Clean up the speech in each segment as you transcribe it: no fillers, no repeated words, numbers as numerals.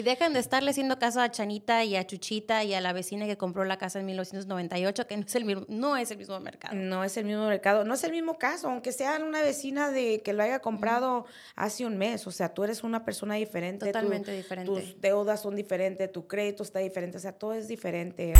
Dejen de estarle haciendo caso a Chanita y a Chuchita y a la vecina que compró la casa en 1998, que no es el mismo mercado. No es el mismo mercado, no es el mismo caso, aunque sea una vecina de que lo haya comprado hace un mes. O sea, tú eres una persona diferente. Totalmente diferente. Tus deudas son diferentes, tu crédito está diferente, o sea, todo es diferente.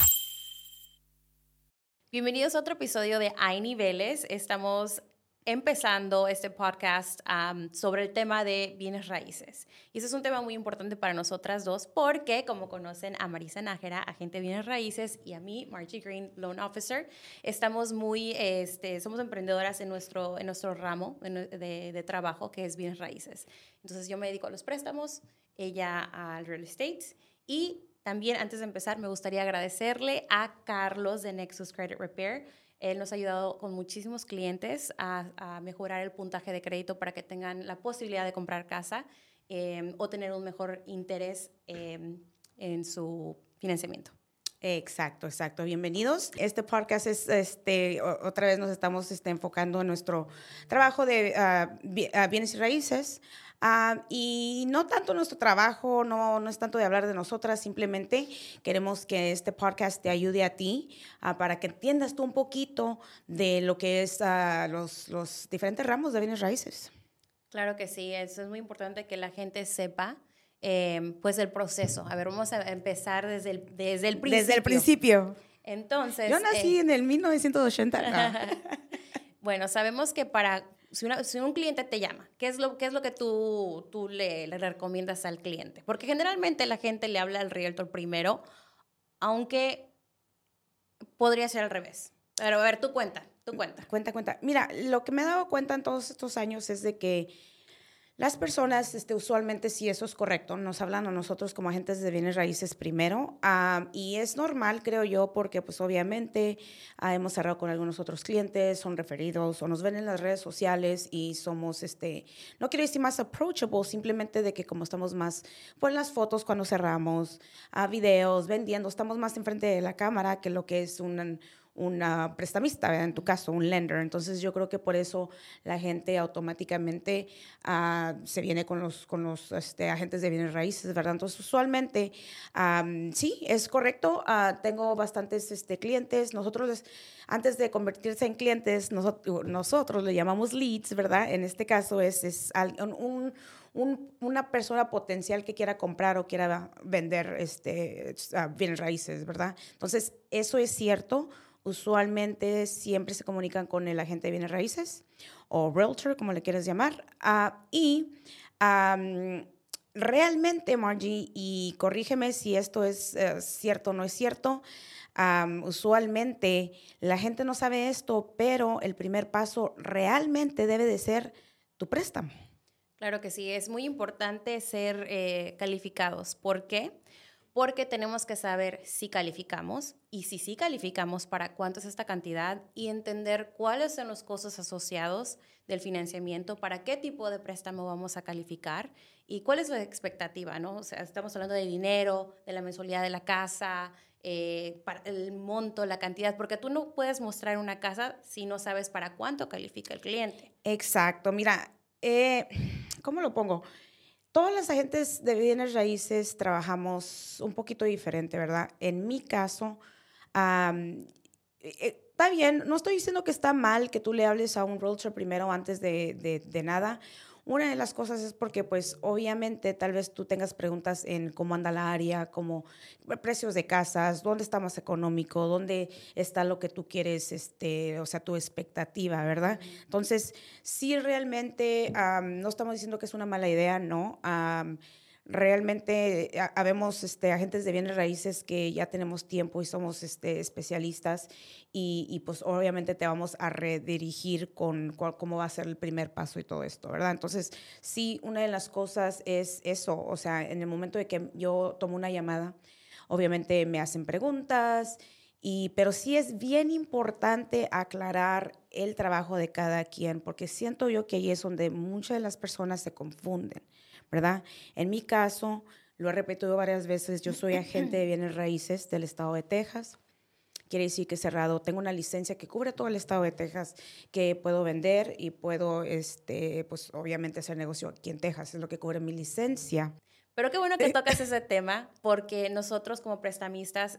Bienvenidos a otro episodio de Hay Niveles. Estamos empezando este podcast sobre el tema de bienes raíces. Y ese es un tema muy importante para nosotras dos porque, como conocen a Marisa Nájera, agente de bienes raíces, y a mí, Margie Green, loan officer, estamos somos emprendedoras en nuestro ramo de trabajo, que es bienes raíces. Entonces, yo me dedico a los préstamos, ella al real estate, y también, antes de empezar, me gustaría agradecerle a Carlos de Nexus Credit Repair. Él nos ha ayudado con muchísimos clientes a mejorar el puntaje de crédito para que tengan la posibilidad de comprar casa o tener un mejor interés en su financiamiento. Exacto. Bienvenidos. Este podcast es, otra vez nos estamos enfocando en nuestro trabajo de bienes y raíces. Y no tanto nuestro trabajo, no es tanto de hablar de nosotras, simplemente queremos que este podcast te ayude a ti para que entiendas tú un poquito de lo que es los diferentes ramos de bienes raíces. Claro que sí, eso es muy importante que la gente sepa pues el proceso. A ver, vamos a empezar desde el principio. Desde el principio. Entonces, yo nací en el 1980. No. Bueno, sabemos que si un cliente te llama, ¿qué es lo que tú le recomiendas al cliente? Porque generalmente la gente le habla al realtor primero, aunque podría ser al revés. Pero a ver, tú cuenta. Cuenta. Mira, lo que me he dado cuenta en todos estos años es de que las personas, usualmente, sí, eso es correcto, nos hablan a nosotros como agentes de bienes raíces primero, y es normal, creo yo, porque pues obviamente hemos cerrado con algunos otros clientes, son referidos o nos ven en las redes sociales y somos, no quiero decir más approachable, simplemente de que como estamos más, pues las fotos cuando cerramos, videos, vendiendo, estamos más enfrente de la cámara que lo que es una prestamista, ¿verdad? En tu caso, un lender. Entonces, yo creo que por eso la gente automáticamente se viene con los agentes de bienes raíces, ¿verdad? Entonces, usualmente, sí, es correcto. Tengo bastantes clientes. Nosotros, antes de convertirse en clientes, nosotros le llamamos leads, ¿verdad? En este caso, es una persona potencial que quiera comprar o quiera vender bienes raíces, ¿verdad? Entonces, eso es cierto. Usualmente siempre se comunican con el agente de bienes raíces o realtor, como le quieras llamar. Realmente, Margie, y corrígeme si esto es cierto o no es cierto, usualmente la gente no sabe esto, pero el primer paso realmente debe de ser tu préstamo. Claro que sí, es muy importante ser calificados. ¿Por qué? Porque tenemos que saber si calificamos y si sí calificamos, para cuánto es esta cantidad y entender cuáles son los costos asociados del financiamiento, para qué tipo de préstamo vamos a calificar y cuál es la expectativa, ¿no? O sea, estamos hablando de dinero, de la mensualidad de la casa, el monto, la cantidad, porque tú no puedes mostrar una casa si no sabes para cuánto califica el cliente. Exacto, mira, ¿cómo lo pongo? Todas las agentes de bienes raíces trabajamos un poquito diferente, ¿verdad? En mi caso, está bien, no estoy diciendo que está mal que tú le hables a un realtor primero antes de nada. Una de las cosas es porque, pues, obviamente, tal vez tú tengas preguntas en cómo anda la área, como precios de casas, dónde está más económico, dónde está lo que tú quieres, o sea, tu expectativa, ¿verdad? Entonces, sí, realmente, no estamos diciendo que es una mala idea, ¿no? Realmente habemos agentes de bienes raíces que ya tenemos tiempo y somos especialistas y pues obviamente te vamos a redirigir con cómo va a ser el primer paso y todo esto, ¿verdad? Entonces, sí, una de las cosas es eso, o sea, en el momento de que yo tomo una llamada, obviamente me hacen preguntas, pero sí es bien importante aclarar el trabajo de cada quien, porque siento yo que ahí es donde muchas de las personas se confunden, ¿verdad? En mi caso, lo he repetido varias veces, yo soy agente de bienes raíces del estado de Texas. Quiere decir que cerrado, tengo una licencia que cubre todo el estado de Texas, que puedo vender y puedo, pues obviamente hacer negocio aquí en Texas, es lo que cubre mi licencia. Pero qué bueno que tocas ese tema, porque nosotros como prestamistas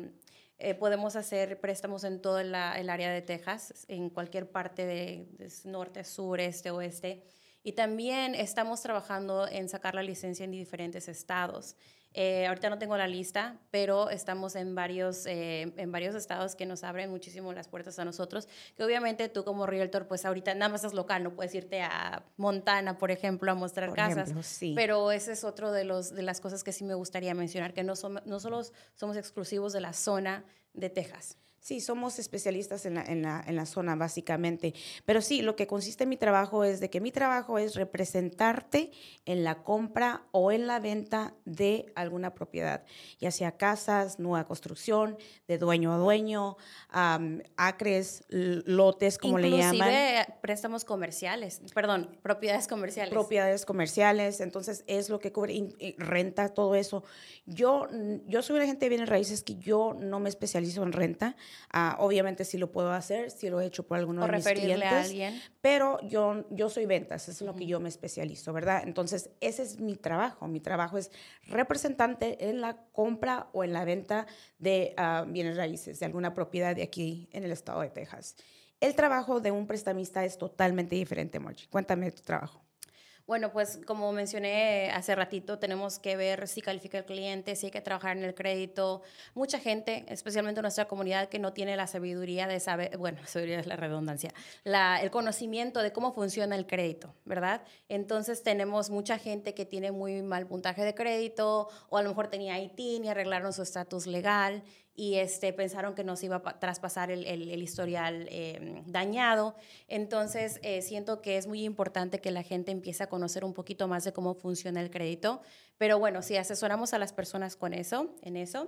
podemos hacer préstamos en todo el área de Texas, en cualquier parte de norte, sur, este, oeste. Y también estamos trabajando en sacar la licencia en diferentes estados. Ahorita no tengo la lista, pero estamos en varios estados que nos abren muchísimo las puertas a nosotros, que obviamente tú como realtor, pues ahorita nada más es local, no puedes irte a Montana, por ejemplo, a mostrar Por casas, ejemplo, sí. pero ese es otro de las cosas que sí me gustaría mencionar, que no solo somos exclusivos de la zona de Texas. Sí, somos especialistas en la zona, básicamente. Pero sí, lo que consiste en mi trabajo es de que mi trabajo es representarte en la compra o en la venta de alguna propiedad, ya sea casas, nueva construcción, de dueño a dueño, acres, lotes, como le llaman. Inclusive préstamos comerciales, perdón, propiedades comerciales. Propiedades comerciales, entonces es lo que cubre, renta, todo eso. Yo soy una agente de bienes raíces que yo no me especializo en renta. Obviamente sí lo puedo hacer, sí lo he hecho por algunos de mis clientes. A alguien. Pero yo soy ventas, eso es lo que yo me especializo, ¿verdad? Entonces, ese es mi trabajo. Mi trabajo es representante en la compra o en la venta de bienes raíces, de alguna propiedad de aquí en el estado de Texas. El trabajo de un prestamista es totalmente diferente, Margie. Cuéntame de tu trabajo. Bueno, pues como mencioné hace ratito, tenemos que ver si califica el cliente, si hay que trabajar en el crédito. Mucha gente, especialmente en nuestra comunidad, que no tiene la sabiduría de saber, bueno, sabiduría es la redundancia, el conocimiento de cómo funciona el crédito, ¿verdad? Entonces tenemos mucha gente que tiene muy mal puntaje de crédito o a lo mejor tenía ITIN y arreglaron su estatus legal y pensaron que nos iba a traspasar el historial dañado. Entonces, siento que es muy importante que la gente empiece a conocer un poquito más de cómo funciona el crédito. Pero bueno, sí, asesoramos a las personas en eso.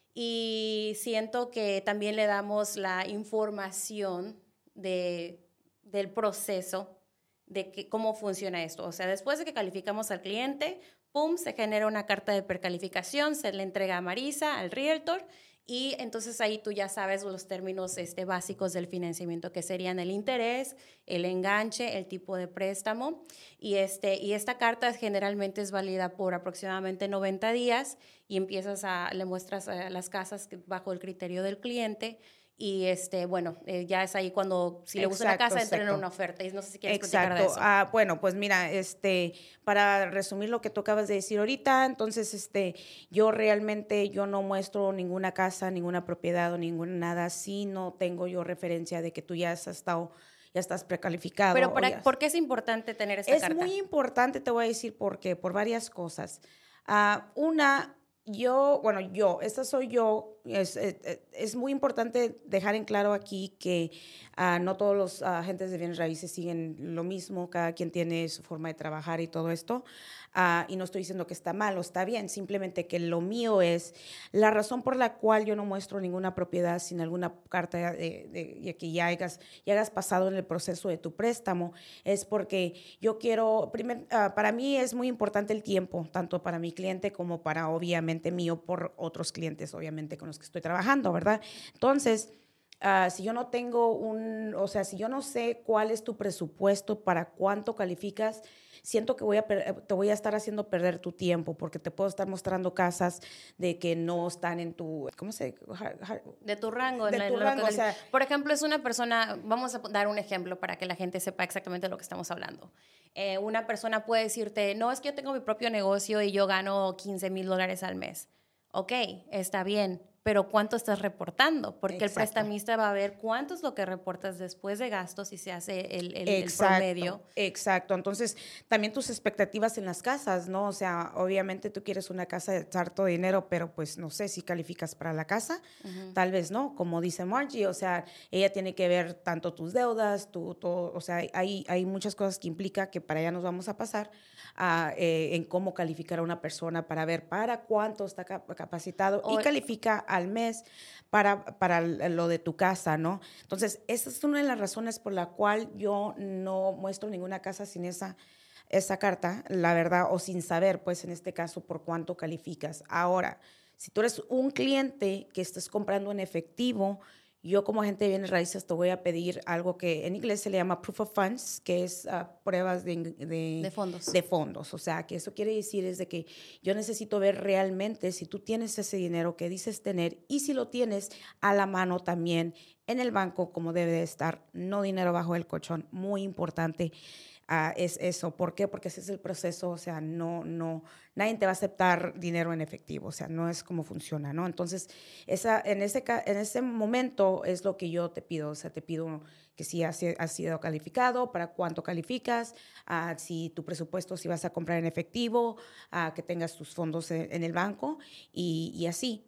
Y siento que también le damos la información del proceso de cómo funciona esto. O sea, después de que calificamos al cliente, ¡pum!, se genera una carta de precalificación, se le entrega a Marisa, al realtor, y entonces ahí tú ya sabes los términos básicos del financiamiento, que serían el interés, el enganche, el tipo de préstamo. Y esta carta generalmente es válida por aproximadamente 90 días y le muestras las casas bajo el criterio del cliente. Y bueno, ya es ahí cuando, si le gusta una casa, entran en una oferta. Y no sé si quieres platicar de eso. Bueno, pues mira, para resumir lo que tú acabas de decir ahorita, entonces, yo realmente, yo no muestro ninguna casa, ninguna propiedad o ninguna nada, si no tengo yo referencia de que tú ya estás precalificado. Pero ¿por qué es importante tener esta carta? Es muy importante, te voy a decir por qué, por varias cosas. Esta soy yo. Es muy importante dejar en claro aquí que no todos los agentes de bienes raíces siguen lo mismo, cada quien tiene su forma de trabajar y todo esto, y no estoy diciendo que está mal o está bien, simplemente que lo mío es la razón por la cual yo no muestro ninguna propiedad sin alguna carta de que ya hayas pasado en el proceso de tu préstamo, es porque yo quiero, para mí es muy importante el tiempo, tanto para mi cliente como para, obviamente, mío por otros clientes, obviamente, con los que estoy trabajando, ¿verdad? Entonces, si yo no tengo si yo no sé cuál es tu presupuesto, para cuánto calificas, siento que te voy a estar haciendo perder tu tiempo, porque te puedo estar mostrando casas de que no están en tu, ¿cómo se? De tu rango. De tu rango, o sea. Por ejemplo, es una persona, vamos a dar un ejemplo para que la gente sepa exactamente de lo que estamos hablando. Una persona puede decirte, no, es que yo tengo mi propio negocio y yo gano $15,000 al mes. Ok, está bien, pero ¿cuánto estás reportando? Porque el prestamista va a ver cuánto es lo que reportas después de gastos y se hace el promedio. Exacto. Entonces, también tus expectativas en las casas, ¿no? O sea, obviamente tú quieres una casa de harto dinero, pero pues no sé si calificas para la casa, tal vez no, como dice Margie, o sea, ella tiene que ver tanto tus deudas, todo, o sea, hay muchas cosas que implica que para allá nos vamos a pasar en cómo calificar a una persona para ver para cuánto está capacitado y califica al mes para lo de tu casa, ¿no? Entonces, esa es una de las razones por la cual yo no muestro ninguna casa sin esa carta, la verdad, o sin saber, pues, en este caso, por cuánto calificas. Ahora, si tú eres un cliente que estés comprando en efectivo, yo como agente de bienes raíces te voy a pedir algo que en inglés se le llama proof of funds, que es pruebas De fondos. de fondos. O sea, que eso quiere decir es de que yo necesito ver realmente si tú tienes ese dinero que dices tener y si lo tienes a la mano también en el banco como debe de estar, no dinero bajo el colchón, muy importante. Es eso. ¿Por qué? Porque ese es el proceso, o sea, nadie te va a aceptar dinero en efectivo, o sea, no es como funciona, ¿no? Entonces, en ese momento es lo que yo te pido, o sea, te pido que si has sido calificado, para cuánto calificas, si tu presupuesto, si vas a comprar en efectivo, que tengas tus fondos en el banco y así,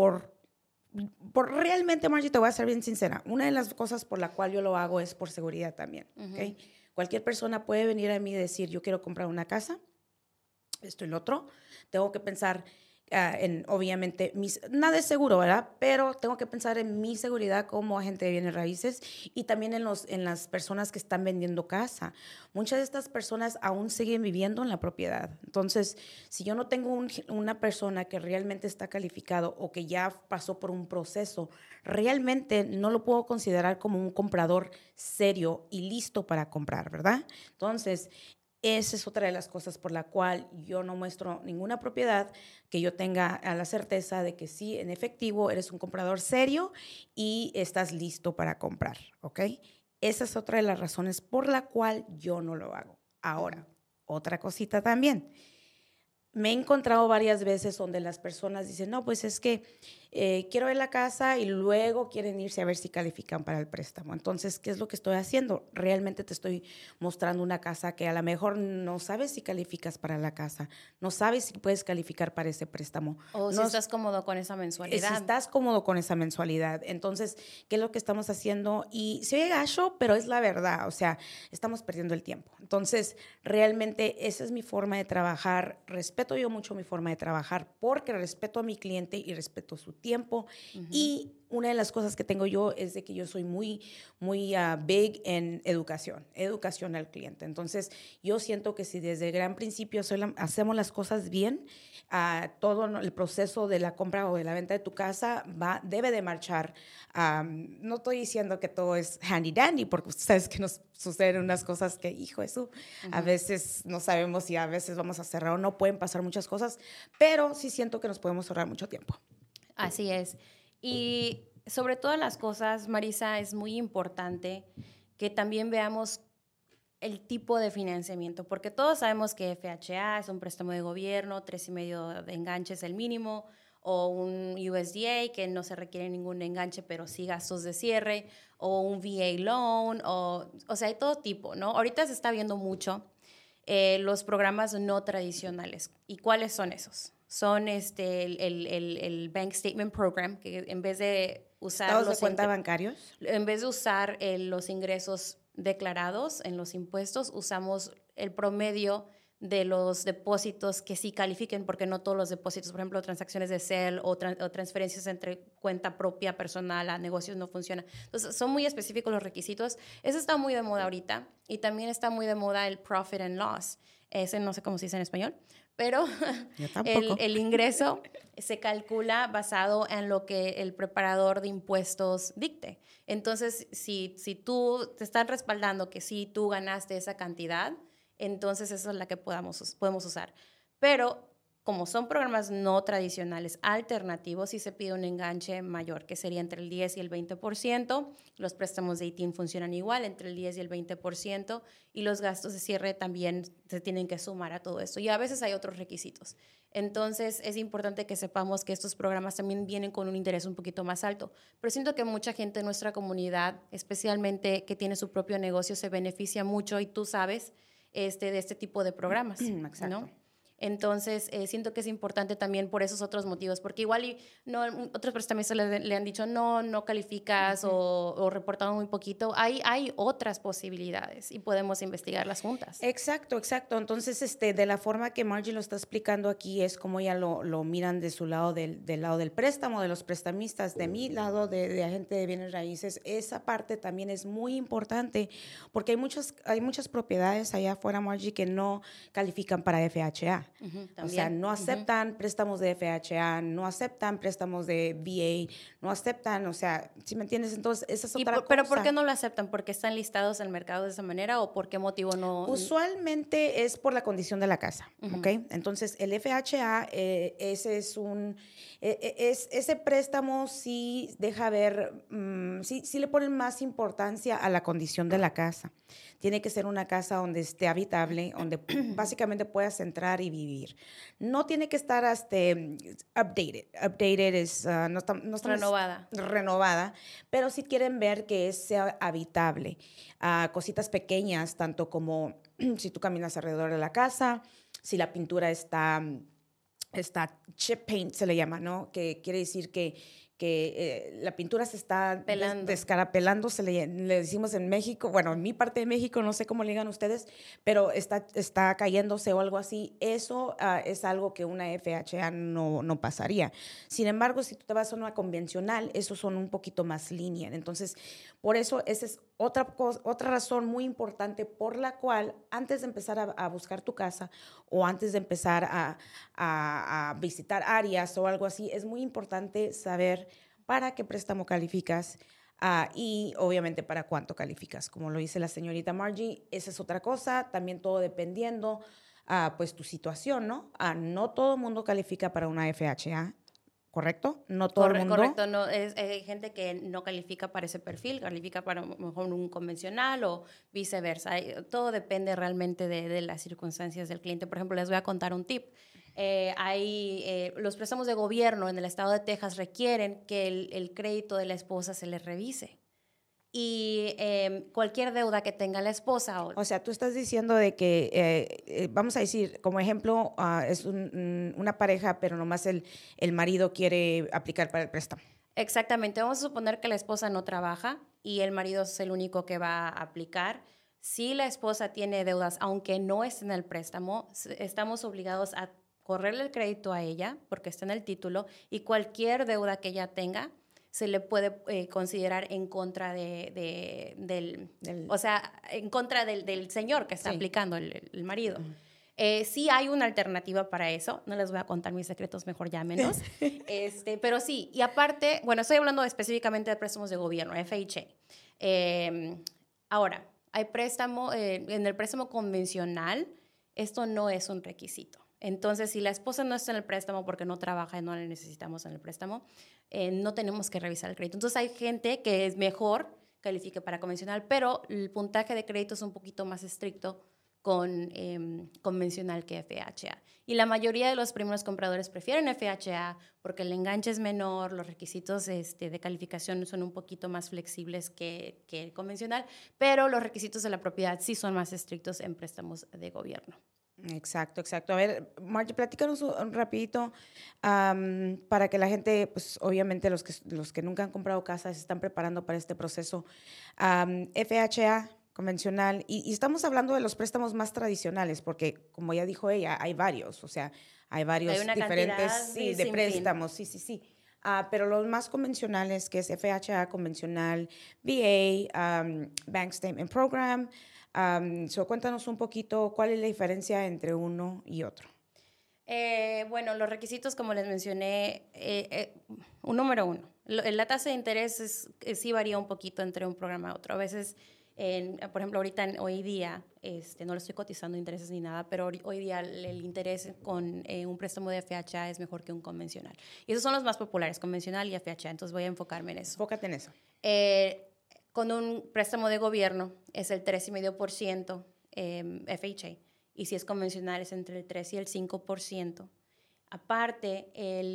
por realmente, Margie, te voy a ser bien sincera. Una de las cosas por la cual yo lo hago es por seguridad también, ¿ok? Cualquier persona puede venir a mí y decir, yo quiero comprar una casa, esto y lo otro. Tengo que pensar en, obviamente, nada es seguro, ¿verdad? Pero tengo que pensar en mi seguridad como agente de bienes raíces y también en las personas que están vendiendo casa. Muchas de estas personas aún siguen viviendo en la propiedad. Entonces, si yo no tengo una persona que realmente está calificado o que ya pasó por un proceso, realmente no lo puedo considerar como un comprador serio y listo para comprar, ¿verdad? Entonces, esa es otra de las cosas por la cual yo no muestro ninguna propiedad que yo tenga la certeza de que sí, en efectivo, eres un comprador serio y estás listo para comprar, ¿ok? Esa es otra de las razones por la cual yo no lo hago. Ahora, otra cosita también. Me he encontrado varias veces donde las personas dicen, no, pues es que quiero ver la casa y luego quieren irse a ver si califican para el préstamo. Entonces, ¿qué es lo que estoy haciendo? Realmente te estoy mostrando una casa que a lo mejor no sabes si calificas para la casa, no sabes si puedes calificar para ese préstamo. O si No, estás cómodo con esa mensualidad. si estás cómodo con esa mensualidad. Entonces, ¿qué es lo que estamos haciendo? Y se oye gacho, pero es la verdad. O sea, estamos perdiendo el tiempo. Entonces, realmente esa es mi forma de trabajar. Respeto yo mucho mi forma de trabajar porque respeto a mi cliente y respeto su tiempo. Y una de las cosas que tengo yo es de que yo soy muy big en educación al cliente. Entonces, yo siento que si desde el gran principio hacemos las cosas bien, todo el proceso de la compra o de la venta de tu casa debe de marchar. No estoy diciendo que todo es handy dandy, porque sabes que nos suceden unas cosas que, hijo de su, a veces no sabemos si a veces vamos a cerrar o no, pueden pasar muchas cosas, pero sí siento que nos podemos ahorrar mucho tiempo. Así es. Y sobre todas las cosas, Marisa, es muy importante que también veamos el tipo de financiamiento, porque todos sabemos que FHA es un préstamo de gobierno, 3.5 de enganche es el mínimo, o un USDA que no se requiere ningún enganche, pero sí gastos de cierre, o un VA loan, o sea, hay todo tipo, ¿no? Ahorita se está viendo mucho los programas no tradicionales. ¿Y cuáles son esos? Son el Bank Statement Program, que en vez de usar ¿Estados de cuenta bancarios? En vez de usar los ingresos declarados en los impuestos, usamos el promedio de los depósitos que sí califiquen, porque no todos los depósitos, por ejemplo, transacciones de Zelle o transferencias entre cuenta propia personal a negocios no funcionan. Entonces, son muy específicos los requisitos. Eso está muy de moda ahorita y también está muy de moda el profit and loss. Ese no sé cómo se dice en español, pero el ingreso se calcula basado en lo que el preparador de impuestos dicte. Entonces, si tú te están respaldando que sí tú ganaste esa cantidad, entonces esa es la que podemos usar. Pero como son programas no tradicionales, alternativos, sí se pide un enganche mayor, que sería entre el 10 y el 20%. Los préstamos de ITIN funcionan igual, entre el 10 y el 20%, y los gastos de cierre también se tienen que sumar a todo esto. Y a veces hay otros requisitos. Entonces, es importante que sepamos que estos programas también vienen con un interés un poquito más alto. Pero siento que mucha gente en nuestra comunidad, especialmente que tiene su propio negocio, se beneficia mucho, y tú sabes, de este tipo de programas. Exacto. ¿No? Entonces, siento que es importante también por esos otros motivos, porque igual otros prestamistas le han dicho, no calificas o reportado muy poquito. Hay otras posibilidades y podemos investigarlas juntas. Exacto. Entonces, de la forma que Margie lo está explicando aquí es como ya lo miran de su lado, del lado del préstamo, de los prestamistas, de mi lado de agente de bienes raíces. Esa parte también es muy importante porque hay muchas propiedades allá afuera, Margie, que no califican para FHA. FHA. O sea, También. no aceptan préstamos de FHA, no aceptan préstamos de VA, no aceptan, o sea, ¿sí me entiendes? Entonces, esa es otra cosa. ¿Pero por qué no lo aceptan? ¿Porque están listados en el mercado de esa manera o por qué motivo no? Usualmente es por la condición de la casa, ¿ok? Entonces, el FHA, ese préstamo sí deja ver, sí le ponen más importancia a la condición de la casa. Tiene que ser una casa donde esté habitable, donde básicamente puedas entrar y vivir. No tiene que estar updated. Updated es, no estamos renovada, pero sí quieren ver que sea habitable. Cositas pequeñas, tanto como si tú caminas alrededor de la casa, si la pintura está chip paint, se le llama, ¿no? Que quiere decir que la pintura se está descarapelando, le decimos en México, bueno, en mi parte de México, no sé cómo le digan ustedes, pero está cayéndose o algo así. Eso es algo que una FHA no pasaría. Sin embargo, si tú te vas a una convencional, esos son un poquito más lenient. Entonces, por eso, esa es otra razón muy importante por la cual antes de empezar a buscar tu casa o antes de empezar a visitar áreas o algo así, es muy importante saber para qué préstamo calificas y obviamente para cuánto calificas. Como lo dice la señorita Margie, esa es otra cosa, también todo dependiendo pues tu situación, ¿no? No todo el mundo califica para una FHA. ¿Correcto? No todo el mundo. Correcto, no, hay gente que no califica para ese perfil, califica para mejor un convencional o viceversa. Todo depende realmente de las circunstancias del cliente. Por ejemplo, les voy a contar un tip. Los préstamos de gobierno en el estado de Texas requieren que el crédito de la esposa se les revise. Y cualquier deuda que tenga la esposa. O sea, tú estás diciendo de que, vamos a decir, como ejemplo, es una pareja, pero nomás el marido quiere aplicar para el préstamo. Exactamente. Vamos a suponer que la esposa no trabaja y el marido es el único que va a aplicar. Si la esposa tiene deudas, aunque no esté en el préstamo, estamos obligados a correrle el crédito a ella porque está en el título y cualquier deuda que ella tenga se le puede considerar en contra o sea, en contra del señor que está aplicando, el marido. Sí hay una alternativa para eso. No les voy a contar mis secretos, mejor llámenos. Pero sí, y aparte, bueno, estoy hablando específicamente de préstamos de gobierno, FHA. Ahora, hay en el préstamo convencional, esto no es un requisito. Entonces, si la esposa no está en el préstamo porque no trabaja y no la necesitamos en el préstamo, no tenemos que revisar el crédito. Entonces, hay gente que es mejor califique para convencional, pero el puntaje de crédito es un poquito más estricto con convencional que FHA. Y la mayoría de los primeros compradores prefieren FHA porque el enganche es menor, los requisitos de calificación son un poquito más flexibles que el convencional, pero los requisitos de la propiedad sí son más estrictos en préstamos de gobierno. Exacto. A ver, Margie, platícanos un rapidito para que la gente, pues obviamente los que nunca han comprado casa se están preparando para este proceso. FHA, convencional, y estamos hablando de los préstamos más tradicionales, porque como ya dijo ella, hay varios, o sea, hay varios diferentes de préstamos, sí. Pero los más convencionales, que es FHA convencional, VA, Bank Statement Program. Cuéntanos un poquito cuál es la diferencia entre uno y otro. Bueno, los requisitos, como les mencioné, número uno, la tasa de interés sí varía un poquito entre un programa a otro. A veces, por ejemplo, hoy día, no le estoy cotizando intereses ni nada, pero hoy día el interés con un préstamo de FHA es mejor que un convencional. Y esos son los más populares, convencional y FHA, entonces voy a enfocarme en eso. Enfócate en eso. Con un préstamo de gobierno es el 3,5% FHA. Y si es convencional es entre el 3 y el 5%. Aparte,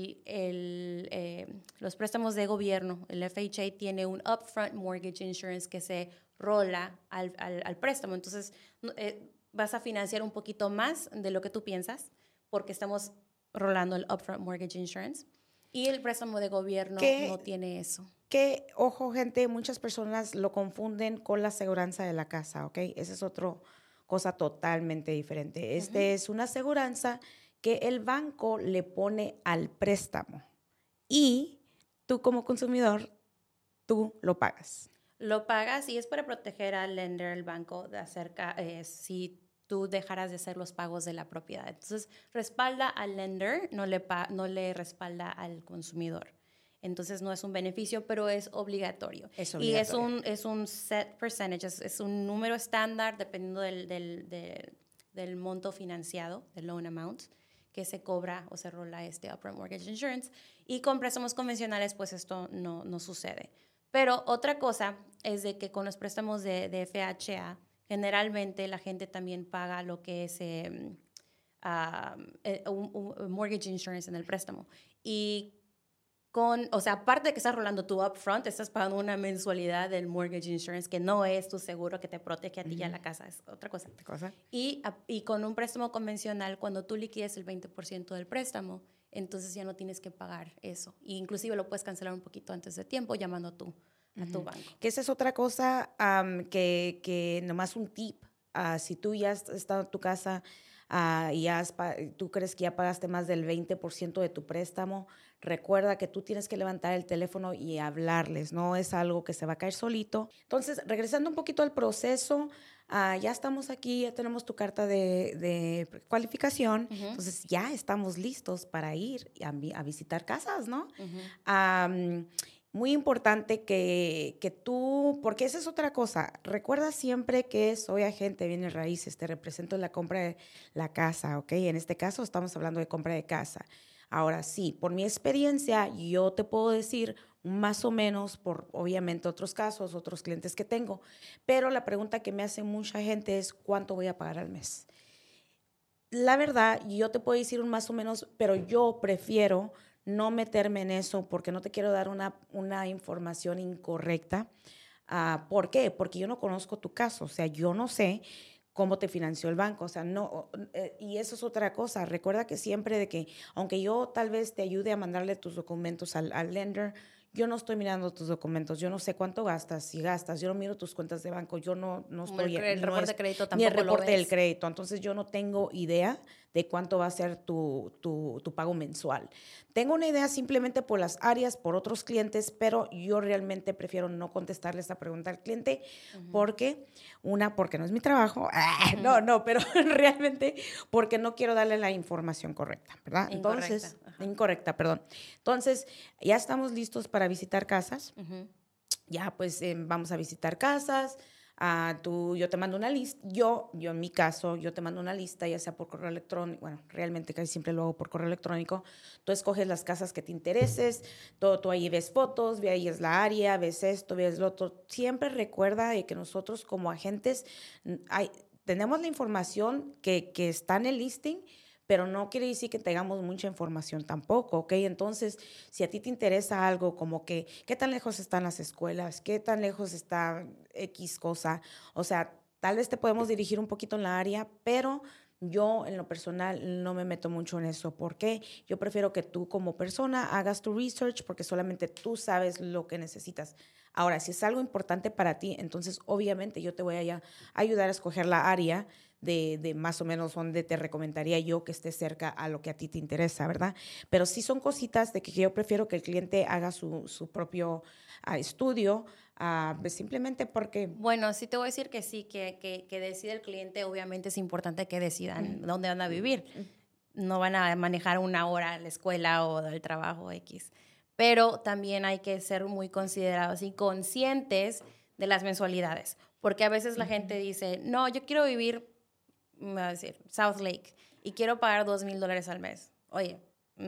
los préstamos de gobierno, el FHA tiene un upfront mortgage insurance que se rola al préstamo. Entonces, vas a financiar un poquito más de lo que tú piensas porque estamos rolando el upfront mortgage insurance. Y el préstamo de gobierno no tiene eso. Que, ojo, gente, muchas personas lo confunden con la aseguranza de la casa, ¿ok? Esa es otra cosa totalmente diferente. Es una aseguranza que el banco le pone al préstamo y tú como consumidor, tú lo pagas. Lo pagas y es para proteger al lender, al banco, de si tú dejarás de hacer los pagos de la propiedad. Entonces, respalda al lender, no le respalda al consumidor. Entonces, no es un beneficio, pero es obligatorio. Es obligatorio. Y es un set percentage, es un número estándar dependiendo del monto financiado, del loan amount, que se cobra o se rola este upfront mortgage insurance. Y con préstamos convencionales, pues esto no sucede. Pero otra cosa es de que con los préstamos de FHA, generalmente la gente también paga lo que es un mortgage insurance en el préstamo. Y o sea, aparte de que estás rolando tu upfront, estás pagando una mensualidad del mortgage insurance que no es tu seguro que te protege a ti y a la casa, es otra cosa. Y con un préstamo convencional, cuando tú liquides el 20% del préstamo, entonces ya no tienes que pagar eso. E inclusive lo puedes cancelar un poquito antes de tiempo llamando a tu banco. Que esa es otra cosa que nomás un tip. Si tú ya has estado en tu casa y tú crees que ya pagaste más del 20% de tu préstamo, recuerda que tú tienes que levantar el teléfono y hablarles, no es algo que se va a caer solito. Entonces, regresando un poquito al proceso, ya estamos aquí, ya tenemos tu carta de cualificación, entonces ya estamos listos para ir a visitar casas, ¿no? Muy importante que tú, porque esa es otra cosa, recuerda siempre que soy agente de bienes raíces, te represento en la compra de la casa, ¿ok? En este caso estamos hablando de compra de casa. Ahora sí, por mi experiencia, yo te puedo decir más o menos por, obviamente, otros casos, otros clientes que tengo, pero la pregunta que me hace mucha gente es ¿cuánto voy a pagar al mes? La verdad, yo te puedo decir un más o menos, pero yo prefiero no meterme en eso porque no te quiero dar una información incorrecta. ¿Por qué? Porque yo no conozco tu caso, o sea, yo no sé cómo te financió el banco, o sea, no, y eso es otra cosa. Recuerda que siempre de que, aunque yo tal vez te ayude a mandarle tus documentos al lender, yo no estoy mirando tus documentos, yo no sé cuánto gastas, si gastas, yo no miro tus cuentas de banco, yo no estoy... El reporte de crédito tampoco ni el reporte lo ves. del crédito, entonces yo no tengo idea de cuánto va a ser tu pago mensual. Tengo una idea simplemente por las áreas, por otros clientes, pero yo realmente prefiero no contestarle esta pregunta al cliente porque no es mi trabajo, pero realmente porque no quiero darle la información correcta, ¿verdad? Incorrecta, perdón. Entonces, ya estamos listos para visitar casas. Ya, pues, vamos a visitar casas. Yo te mando una lista, yo en mi caso, yo te mando una lista, ya sea por correo electrónico, bueno, realmente casi siempre lo hago por correo electrónico, tú escoges las casas que te intereses, tú ahí ves fotos, ves ahí es la área, ves esto, ves lo otro, siempre recuerda de que nosotros como agentes tenemos la información que está en el listing, pero no quiere decir que tengamos mucha información tampoco, ¿ok? Entonces, si a ti te interesa algo como que, ¿qué tan lejos están las escuelas? ¿Qué tan lejos está X cosa? O sea, tal vez te podemos dirigir un poquito en la área, pero yo en lo personal no me meto mucho en eso. ¿Por qué? Yo prefiero que tú como persona hagas tu research porque solamente tú sabes lo que necesitas. Ahora, si es algo importante para ti, entonces obviamente yo te voy a ayudar a escoger la área de más o menos donde te recomendaría yo que esté cerca a lo que a ti te interesa, ¿verdad? Pero sí son cositas de que yo prefiero que el cliente haga su propio estudio, pues simplemente porque... Bueno, sí te voy a decir que sí, que decide el cliente, obviamente es importante que decidan dónde van a vivir. No van a manejar una hora a la escuela o del trabajo X. Pero también hay que ser muy considerados y conscientes de las mensualidades. Porque a veces la gente dice, no, yo quiero vivir, me va a decir, South Lake, y quiero pagar $2,000 al mes. Oye,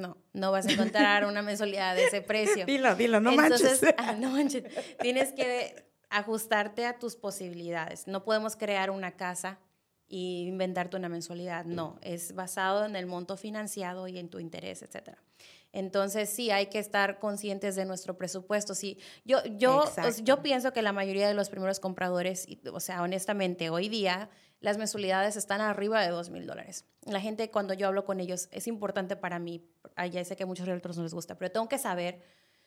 no vas a encontrar una mensualidad de ese precio. Dilo, no manches. No manches. Tienes que ajustarte a tus posibilidades. No podemos crear una casa y inventarte una mensualidad. No, es basado en el monto financiado y en tu interés, etcétera. Entonces, sí, hay que estar conscientes de nuestro presupuesto. Sí, yo pienso que la mayoría de los primeros compradores, o sea, honestamente, hoy día las mensualidades están arriba de $2,000. La gente, cuando yo hablo con ellos, es importante para mí, ya sé que a muchos realtors no les gusta, pero tengo que saber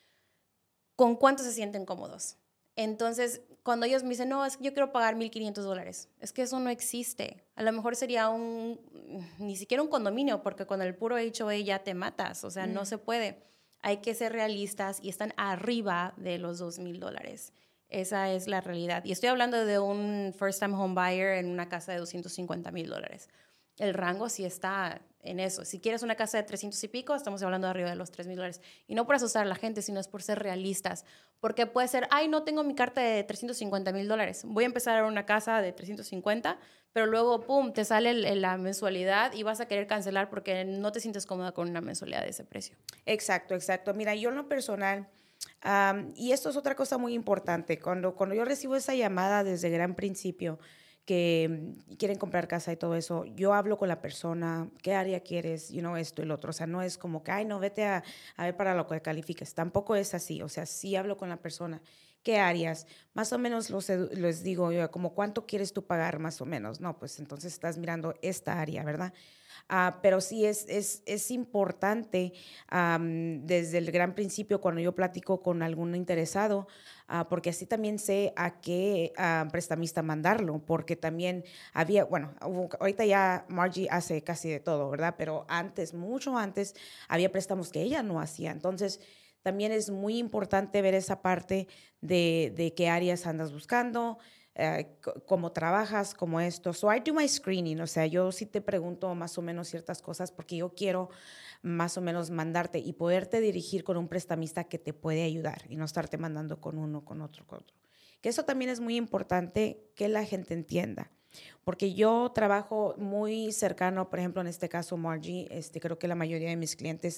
con cuánto se sienten cómodos. Entonces, cuando ellos me dicen, no, es que yo quiero pagar $1,500, es que eso no existe. A lo mejor sería ni siquiera un condominio, porque con el puro HOA ya te matas, o sea, no se puede. Hay que ser realistas y están arriba de los $2,000. Esa es la realidad. Y estoy hablando de un first-time home buyer en una casa de $250,000. El rango sí está en eso. Si quieres una casa de 300 y pico, estamos hablando de arriba de los $3,000. Y no por asustar a la gente, sino es por ser realistas. Porque puede ser, ay, no tengo mi carta de $350,000. Voy a empezar a una casa de 350, pero luego, pum, te sale la mensualidad y vas a querer cancelar porque no te sientes cómoda con una mensualidad de ese precio. Exacto, exacto. Mira, yo en lo personal, y esto es otra cosa muy importante, cuando yo recibo esa llamada desde gran principio, que quieren comprar casa y todo eso, yo hablo con la persona, ¿qué área quieres? Esto y lo otro. O sea, no es como que, ay, no, vete a ver para lo que califiques. Tampoco es así. O sea, sí hablo con la persona. ¿Qué áreas? Más o menos les digo yo, como cuánto quieres tú pagar más o menos. No, pues entonces estás mirando esta área, ¿verdad? Pero sí es importante desde el gran principio cuando yo platico con algún interesado, porque así también sé a qué prestamista mandarlo, porque también ahorita ya Margie hace casi de todo, ¿verdad? Pero antes, mucho antes, había préstamos que ella no hacía. Entonces, también es muy importante ver esa parte de qué áreas andas buscando, cómo trabajas, como esto. So I do my screening, o sea, yo sí te pregunto más o menos ciertas cosas porque yo quiero más o menos mandarte y poderte dirigir con un prestamista que te puede ayudar y no estarte mandando con uno, con otro, con otro. Que eso también es muy importante que la gente entienda. Porque yo trabajo muy cercano, por ejemplo, en este caso, Margie, creo que la mayoría de mis clientes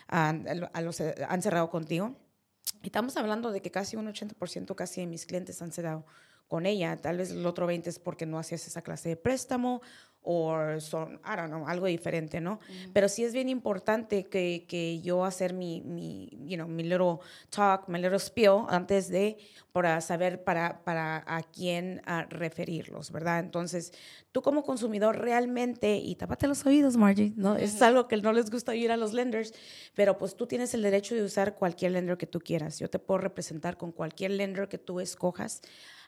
han cerrado contigo. Y estamos hablando de que casi un 80% casi de mis clientes han cerrado con ella. Tal vez el otro 20% es porque no hacías esa clase de préstamo o son, I don't know, algo diferente, ¿no? Pero sí es bien importante que yo hacer mi little talk, mi little spiel antes para saber para a quién referirlos, ¿verdad? Entonces, tú como consumidor realmente, y tápate los oídos, Margie, ¿no? Es algo que no les gusta oír a los lenders, pero pues tú tienes el derecho de usar cualquier lender que tú quieras. Yo te puedo representar con cualquier lender que tú escojas.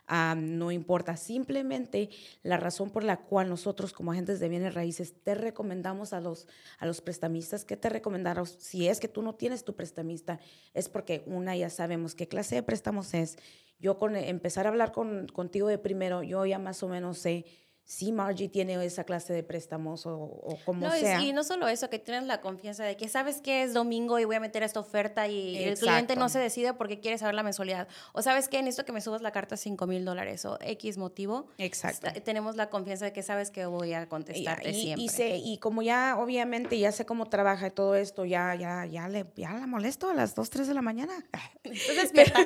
No importa, simplemente la razón por la cual nosotros como agentes de bienes raíces te recomendamos a los prestamistas, que te recomendaron, si es que tú no tienes tu prestamista, es porque ya sabemos qué clase de préstamos es. Yo con empezar a hablar contigo de primero, yo ya más o menos sé si Margie tiene esa clase de préstamos o como No, sea. y no solo eso, que tienes la confianza de que sabes que es domingo y voy a meter esta oferta y el cliente Exacto. no se decide porque quiere saber la mensualidad. O sabes que necesito que me subas la carta a $5,000 o X motivo. Exacto. Tenemos la confianza de que sabes que voy a contestarte siempre. Y como ya obviamente ya sé cómo trabaja y todo esto, ya la molesto a las 2, 3 de la mañana. Estás despierta.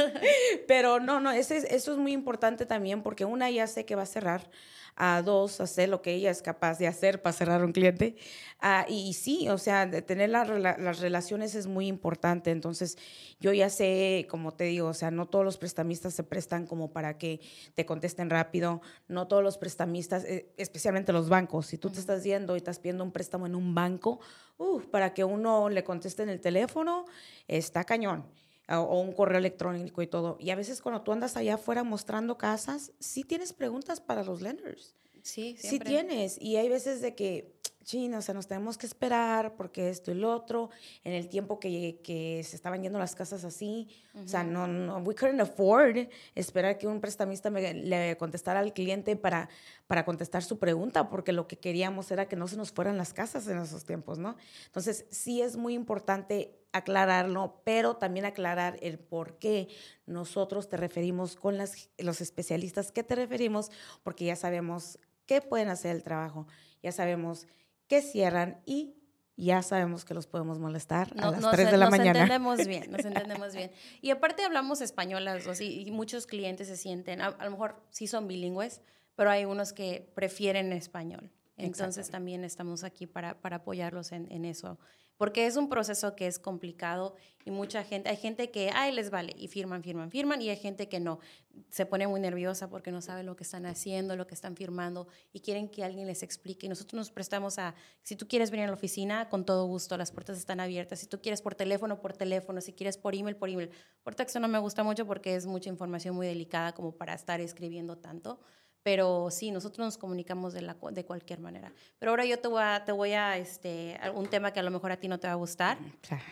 Pero no, eso es muy importante también porque una ya sé que va a cerrar, dos, hacer lo que ella es capaz de hacer para cerrar un cliente. Y sí, o sea, de tener las relaciones es muy importante. Entonces, yo ya sé, como te digo, o sea, no todos los prestamistas se prestan como para que te contesten rápido, no todos los prestamistas, especialmente los bancos, si tú te estás yendo y estás pidiendo un préstamo en un banco, para que uno le conteste en el teléfono, está cañón. O un correo electrónico y todo. Y a veces cuando tú andas allá afuera mostrando casas, sí tienes preguntas para los lenders. Sí, Sí siempre. tienes. Y hay veces de que, chino, o sea, nos tenemos que esperar porque esto y lo otro, en el tiempo que se estaban yendo las casas así. O sea, no, we couldn't afford esperar que un prestamista le contestara al cliente para contestar su pregunta, porque lo que queríamos era que no se nos fueran las casas en esos tiempos, ¿no? Entonces, sí es muy importante aclararlo, pero también aclarar el por qué nosotros te referimos con los especialistas que te referimos, porque ya sabemos qué pueden hacer el trabajo, ya sabemos qué cierran y ya sabemos que los podemos molestar a las 3 de la mañana. Nos entendemos bien. Y aparte hablamos español las dos y muchos clientes se sienten, a lo mejor sí son bilingües, pero hay unos que prefieren español. Entonces también estamos aquí para apoyarlos en eso. Porque es un proceso que es complicado y hay gente que, ay, les vale, y firman, y hay gente que no. Se pone muy nerviosa porque no sabe lo que están haciendo, lo que están firmando y quieren que alguien les explique. Y nosotros nos prestamos si tú quieres venir a la oficina, con todo gusto, las puertas están abiertas. Si tú quieres por teléfono, si quieres por email, por email. Por texto no me gusta mucho porque es mucha información muy delicada como para estar escribiendo tanto. Pero sí, nosotros nos comunicamos de cualquier manera. Pero ahora yo te voy a un tema que a lo mejor a ti no te va a gustar.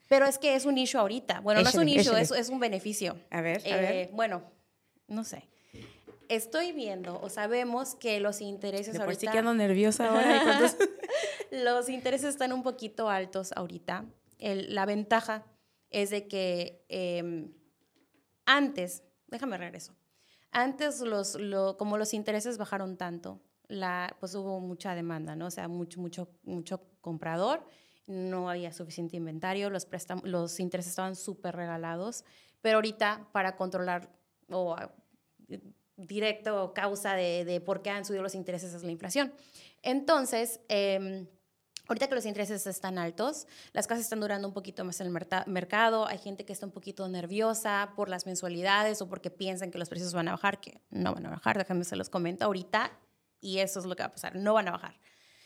Pero es que es un issue ahorita. Bueno, no es un issue, échale. es un beneficio. A ver. Bueno, no sé. Estoy viendo o sabemos que los intereses De por ahorita... sí que ando nerviosa ahora. Los intereses están un poquito altos ahorita. La ventaja es de que antes, déjame regreso, antes como los intereses bajaron tanto, pues hubo mucha demanda, ¿no? O sea, mucho comprador, no había suficiente inventario, los intereses estaban súper regalados, pero ahorita para controlar o directo causa de por qué han subido los intereses es la inflación. Entonces, ahorita que los intereses están altos, las casas están durando un poquito más en el mercado, hay gente que está un poquito nerviosa por las mensualidades o porque piensan que los precios van a bajar, que no van a bajar, déjenme se los comento ahorita, y eso es lo que va a pasar, no van a bajar.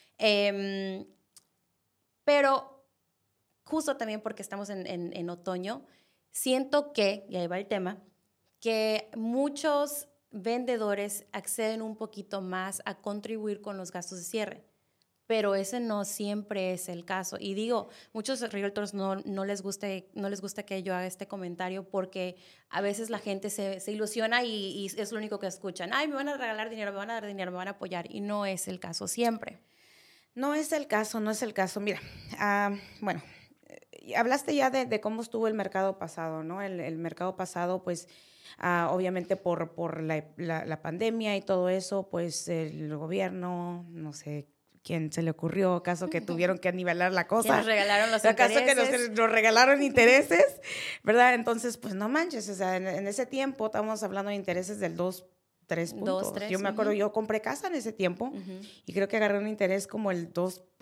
Pero justo también porque estamos en otoño, siento que, y ahí va el tema, que muchos vendedores acceden un poquito más a contribuir con los gastos de cierre. Pero ese no siempre es el caso. Y digo, muchos realtors no les gusta que yo haga este comentario porque a veces la gente se ilusiona y es lo único que escuchan. Ay, me van a regalar dinero, me van a dar dinero, me van a apoyar. Y no es el caso siempre. No es el caso. Mira, bueno, hablaste ya de cómo estuvo el mercado pasado, ¿no? El mercado pasado, pues, obviamente por la pandemia y todo eso, pues el gobierno, no sé quién se le ocurrió, acaso que tuvieron que nivelar la cosa. Que nos regalaron los ¿Acaso intereses? que nos regalaron intereses? ¿Verdad? Entonces, pues no manches, o sea, en ese tiempo estamos hablando de intereses del 3 puntos. 3, yo me acuerdo, yo compré casa en ese tiempo y creo que agarré un interés como el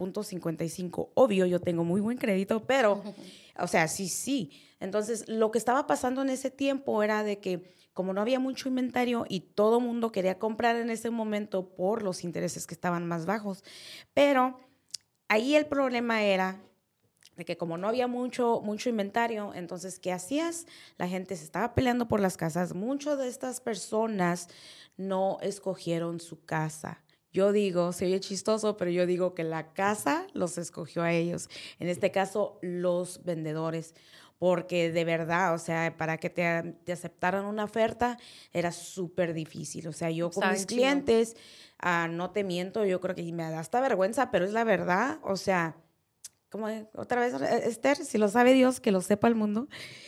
2.55. Obvio, yo tengo muy buen crédito, pero, o sea, sí. Entonces, lo que estaba pasando en ese tiempo era de que como no había mucho inventario y todo mundo quería comprar en ese momento por los intereses que estaban más bajos. Pero ahí el problema era de que como no había mucho inventario, entonces, ¿qué hacías? La gente se estaba peleando por las casas. Muchas de estas personas no escogieron su casa. Yo digo, se oye chistoso, pero yo digo que la casa los escogió a ellos. En este caso, los vendedores. Porque de verdad, o sea, para que te aceptaran una oferta era súper difícil. O sea, yo con mis clientes, no te miento, yo creo que me da hasta vergüenza, pero es la verdad. O sea, como otra vez, Esther, si lo sabe Dios, que lo sepa el mundo.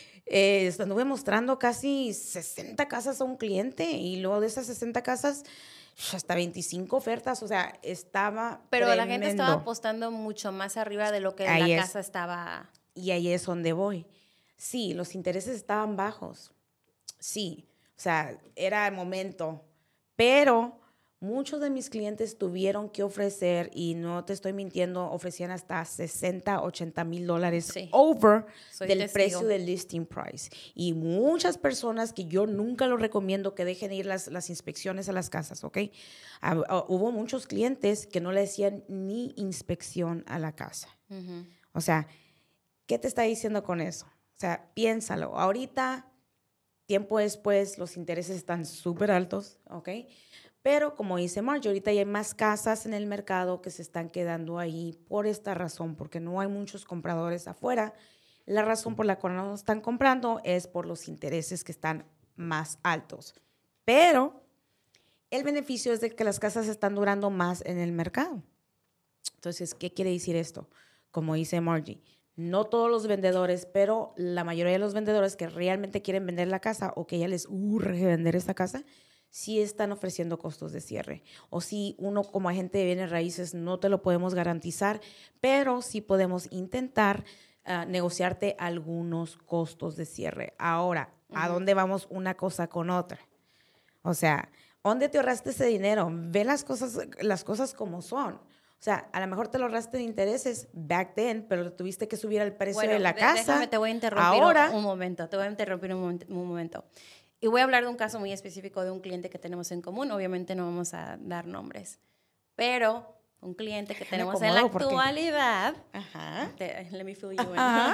Anduve mostrando casi 60 casas a un cliente y luego de esas 60 casas, hasta 25 ofertas, o sea, estaba Pero tremendo. la gente estaba apostando mucho más arriba de lo que la casa estaba... Y ahí es donde voy. Sí, los intereses estaban bajos. Sí, o sea, era el momento. Pero muchos de mis clientes tuvieron que ofrecer, y no te estoy mintiendo, ofrecían hasta $60,000, $80,000 over del precio del listing price. Y muchas personas que yo nunca los recomiendo que dejen ir las inspecciones a las casas, ¿ok? Hubo muchos clientes que no le hacían ni inspección a la casa. Uh-huh. O sea, ¿qué te está diciendo con eso? O sea, piénsalo. Ahorita, tiempo después, los intereses están súper altos, ¿ok? Pero como dice Marge, ahorita ya hay más casas en el mercado que se están quedando ahí por esta razón, porque no hay muchos compradores afuera. La razón por la cual no están comprando es por los intereses que están más altos. Pero el beneficio es de que las casas están durando más en el mercado. Entonces, ¿qué quiere decir esto? Como dice Margie, no todos los vendedores, pero la mayoría de los vendedores que realmente quieren vender la casa o que ya les urge vender esta casa, sí están ofreciendo costos de cierre. O si uno como agente de bienes raíces no te lo podemos garantizar, pero sí podemos intentar negociarte algunos costos de cierre. Ahora, ¿a dónde vamos una cosa con otra? O sea, ¿dónde te ahorraste ese dinero? Ve las cosas como son. O sea, a lo mejor te lo ahorraste de intereses back then, pero tuviste que subir el precio de la casa. Déjame, te voy a interrumpir ahora, un momento. Un momento. Y voy a hablar de un caso muy específico de un cliente que tenemos en común. Obviamente no vamos a dar nombres. Pero un cliente que tenemos en la actualidad. Ajá. Let me fill you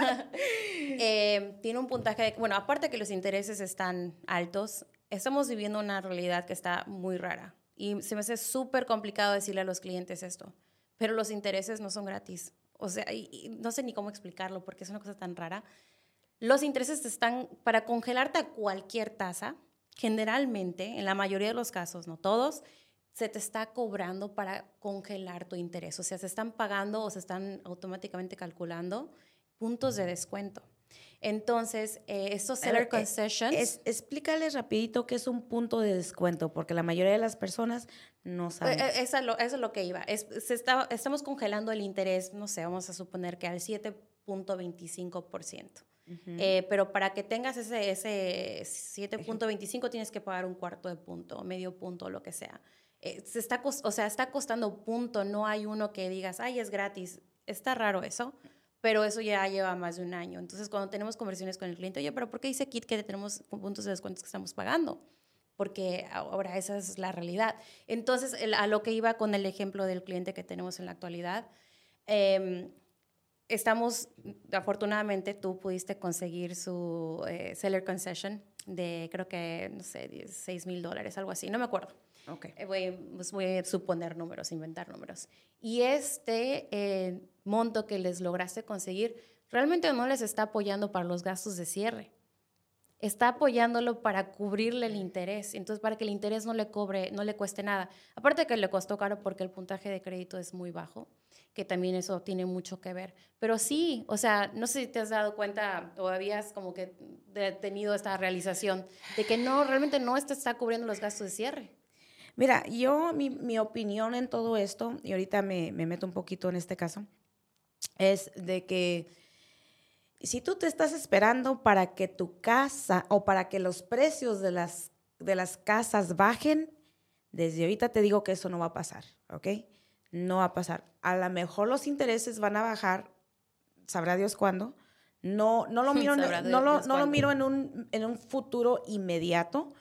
in. Tiene un puntaje de... Bueno, aparte que los intereses están altos, estamos viviendo una realidad que está muy rara. Y se me hace súper complicado decirle a los clientes esto. Pero los intereses no son gratis. o sea, y no sé ni cómo explicarlo porque es una cosa tan rara. Los intereses están para congelarte a cualquier tasa, generalmente, en la mayoría de los casos, no todos, se te está cobrando para congelar tu interés. O sea, se están pagando o se están automáticamente calculando puntos de descuento. Entonces, estos seller concessions... explícale rapidito qué es un punto de descuento, porque la mayoría de las personas no saben. Eso es lo que iba. Estamos congelando el interés, no sé, vamos a suponer que al 7.25%. Pero para que tengas ese 7.25 tienes que pagar un cuarto de punto, medio punto, lo que sea. Está costando punto, no hay uno que digas, ay, es gratis. Está raro eso, pero eso ya lleva más de un año. Entonces, cuando tenemos conversiones con el cliente, oye, pero ¿por qué dice Kit que tenemos puntos de descuentos que estamos pagando? Porque ahora esa es la realidad. Entonces, a lo que iba con el ejemplo del cliente que tenemos en la actualidad, afortunadamente, tú pudiste conseguir su seller concession de, creo que, no sé, $6,000, algo así, no me acuerdo. Okay. Voy a suponer números, inventar números. Y este monto que les lograste conseguir realmente no les está apoyando para los gastos de cierre. Está apoyándolo para cubrirle el interés. Entonces, para que el interés no le cueste nada. Aparte que le costó caro porque el puntaje de crédito es muy bajo, que también eso tiene mucho que ver. Pero sí, o sea, no sé si te has dado cuenta o habías como que tenido esta realización de que realmente no está cubriendo los gastos de cierre. Mira, mi opinión en todo esto, y ahorita me meto un poquito en este caso, es de que si tú te estás esperando para que tu casa o para que los precios de las casas bajen, desde ahorita te digo que eso no va a pasar, ¿ok? No va a pasar. A lo mejor los intereses van a bajar, sabrá Dios cuándo. No lo miro, no lo miro en un futuro inmediato,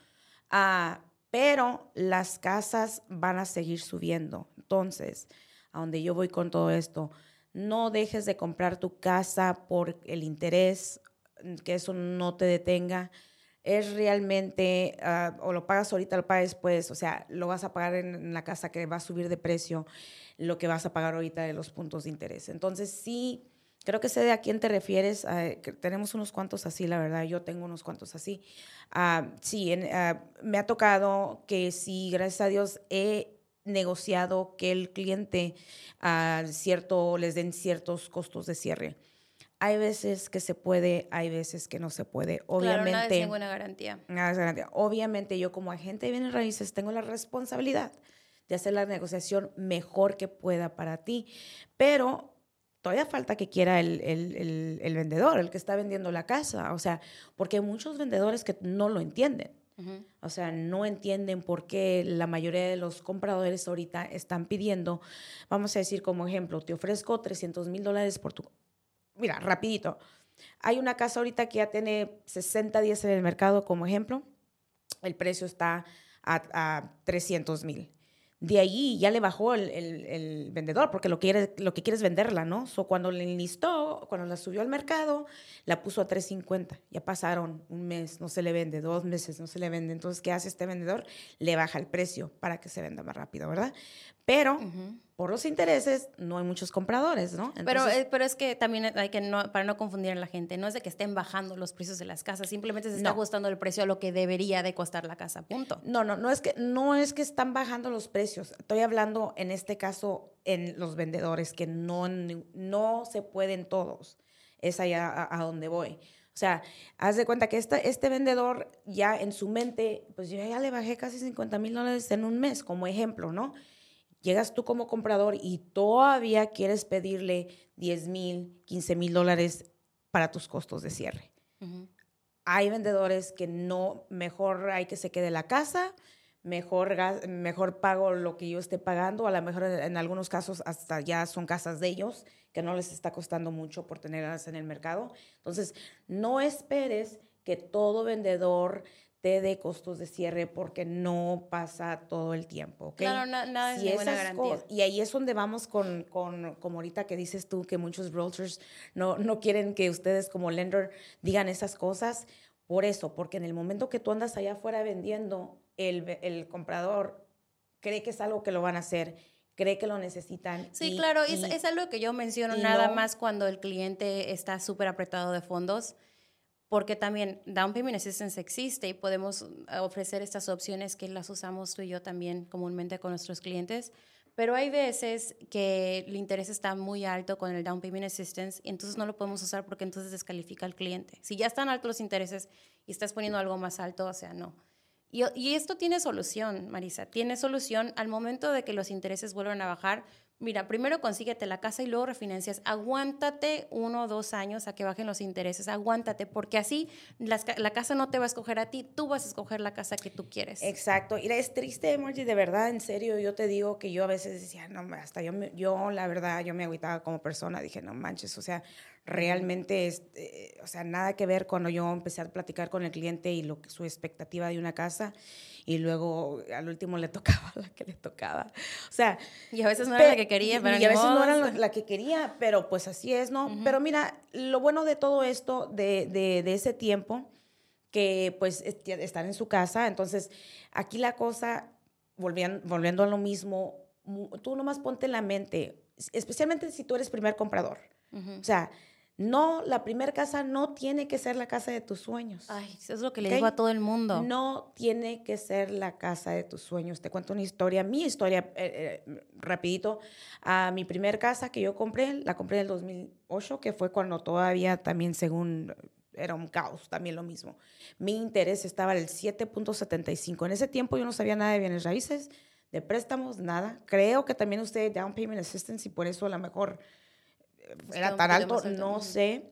pero las casas van a seguir subiendo. Entonces, a donde yo voy con todo esto, no dejes de comprar tu casa por el interés, que eso no te detenga. Es realmente, o lo pagas ahorita, lo pagas después, o sea, lo vas a pagar en la casa que va a subir de precio, lo que vas a pagar ahorita de los puntos de interés. Entonces, sí, creo que sé de a quién te refieres. Que tenemos unos cuantos así, la verdad, yo tengo unos cuantos así. Sí, me ha tocado que sí, gracias a Dios, he negociado que el cliente les den ciertos costos de cierre. Hay veces que se puede, hay veces que no se puede. Obviamente, claro, nada es ninguna garantía. Nada es garantía. Obviamente, yo como agente de bienes raíces tengo la responsabilidad de hacer la negociación mejor que pueda para ti, pero todavía falta que quiera el vendedor, el que está vendiendo la casa. O sea, porque hay muchos vendedores que no lo entienden. Uh-huh. O sea, no entienden por qué la mayoría de los compradores ahorita están pidiendo, vamos a decir como ejemplo, te ofrezco $300,000 por tu... Mira, rapidito. Hay una casa ahorita que ya tiene 60 días en el mercado, como ejemplo. El precio está a 300,000. De ahí ya le bajó el vendedor, porque lo que quiere es venderla, ¿no? Cuando la enlistó, cuando la subió al mercado, la puso a 350. Ya pasaron un mes, no se le vende, 2 meses, no se le vende. Entonces, ¿qué hace este vendedor? Le baja el precio para que se venda más rápido, ¿verdad? Pero... Uh-huh. Por los intereses, no hay muchos compradores, ¿no? Entonces, pero es que también hay que, para no confundir a la gente, no es de que estén bajando los precios de las casas, simplemente se está ajustando el precio a lo que debería de costar la casa, punto. No es que están bajando los precios. Estoy hablando en este caso en los vendedores, que no se pueden todos. Es allá a donde voy. O sea, haz de cuenta que este vendedor ya en su mente, pues yo ya le bajé casi $50,000 en un mes, como ejemplo, ¿no? Llegas tú como comprador y todavía quieres pedirle $10,000, $15,000 para tus costos de cierre. Uh-huh. Hay vendedores que no, mejor hay que se quede la casa, mejor pago lo que yo esté pagando, a lo mejor en algunos casos hasta ya son casas de ellos, que no les está costando mucho por tenerlas en el mercado. Entonces, no esperes que todo vendedor te dé costos de cierre porque no pasa todo el tiempo, ¿ok? Claro, nada es ninguna garantía. Y ahí es donde vamos con como ahorita que dices tú, que muchos realtors no quieren que ustedes como lender digan esas cosas. Por eso, porque en el momento que tú andas allá afuera vendiendo, el comprador cree que es algo que lo van a hacer, cree que lo necesitan. Sí, claro, es algo que yo menciono nada más cuando el cliente está súper apretado de fondos, porque también Down Payment Assistance existe y podemos ofrecer estas opciones que las usamos tú y yo también comúnmente con nuestros clientes, pero hay veces que el interés está muy alto con el Down Payment Assistance y entonces no lo podemos usar porque entonces descalifica al cliente. Si ya están altos los intereses y estás poniendo algo más alto, o sea, no. Y esto tiene solución, Marisa, tiene solución al momento de que los intereses vuelvan a bajar. Mira, primero consíguete la casa y luego refinancias. Aguántate 1 o 2 años a que bajen los intereses, aguántate, porque así la casa no te va a escoger a ti, tú vas a escoger la casa que tú quieres. Exacto, y es triste, Margie, de verdad, en serio, yo te digo que yo a veces decía, no, hasta yo la verdad, yo me agüitaba como persona, dije, no manches, o sea, realmente, o sea, nada que ver cuando yo empecé a platicar con el cliente y su expectativa de una casa, y luego al último le tocaba la que le tocaba, o sea. Y a veces no era la que quería, pero y a veces no era la que quería, pero pues así es, ¿no? Pero mira, lo bueno de todo esto, de ese tiempo, que pues estar en su casa. Entonces, aquí la cosa, volviendo a lo mismo, tú nomás ponte en la mente, especialmente si tú eres primer comprador. O sea, no, la primera casa no tiene que ser la casa de tus sueños. Ay, eso es lo que le digo a todo el mundo. No tiene que ser la casa de tus sueños. Te cuento una historia, mi historia, rapidito. Mi primer casa que yo compré, la compré en el 2008, que fue cuando todavía también según era un caos, también lo mismo. Mi interés estaba en el 7.75. En ese tiempo yo no sabía nada de bienes raíces, de préstamos, nada. Creo que también usted Down Payment Assistance y por eso a lo mejor era tan alto, no sé.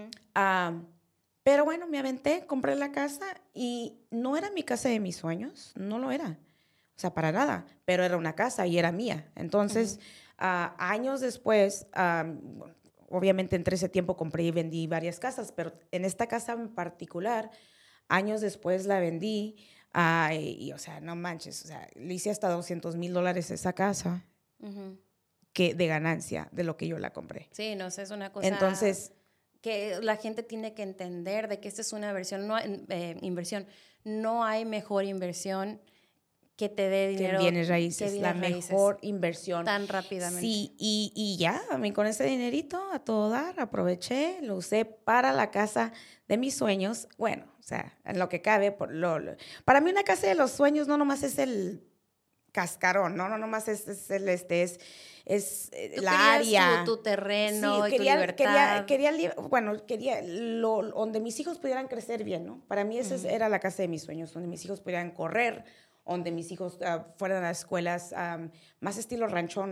Pero bueno, me aventé, compré la casa y no era mi casa de mis sueños, no lo era. O sea, para nada, pero era una casa y era mía. Entonces, años después, obviamente entre ese tiempo compré y vendí varias casas, pero en esta casa en particular, años después la vendí y, o sea, no manches, o sea, le hice hasta $200,000 esa casa que de ganancia de lo que yo la compré. Sí, no sé, es una cosa. Entonces, que la gente tiene que entender de que esta es una inversión. No hay mejor inversión que te dé dinero. Que bienes raíces, la mejor inversión. Tan rápidamente. Sí, y ya, a mí con ese dinerito a todo dar, aproveché, lo usé para la casa de mis sueños. Bueno, o sea, en lo que cabe. Para mí una casa de los sueños no nomás es el cascarón, no nomás es la área. Tu terreno, sí, y tu libertad. Quería donde mis hijos pudieran crecer bien, ¿no? Para mí esa era la casa de mis sueños, donde mis hijos pudieran correr, donde mis hijos fueran a escuelas más estilo rancho,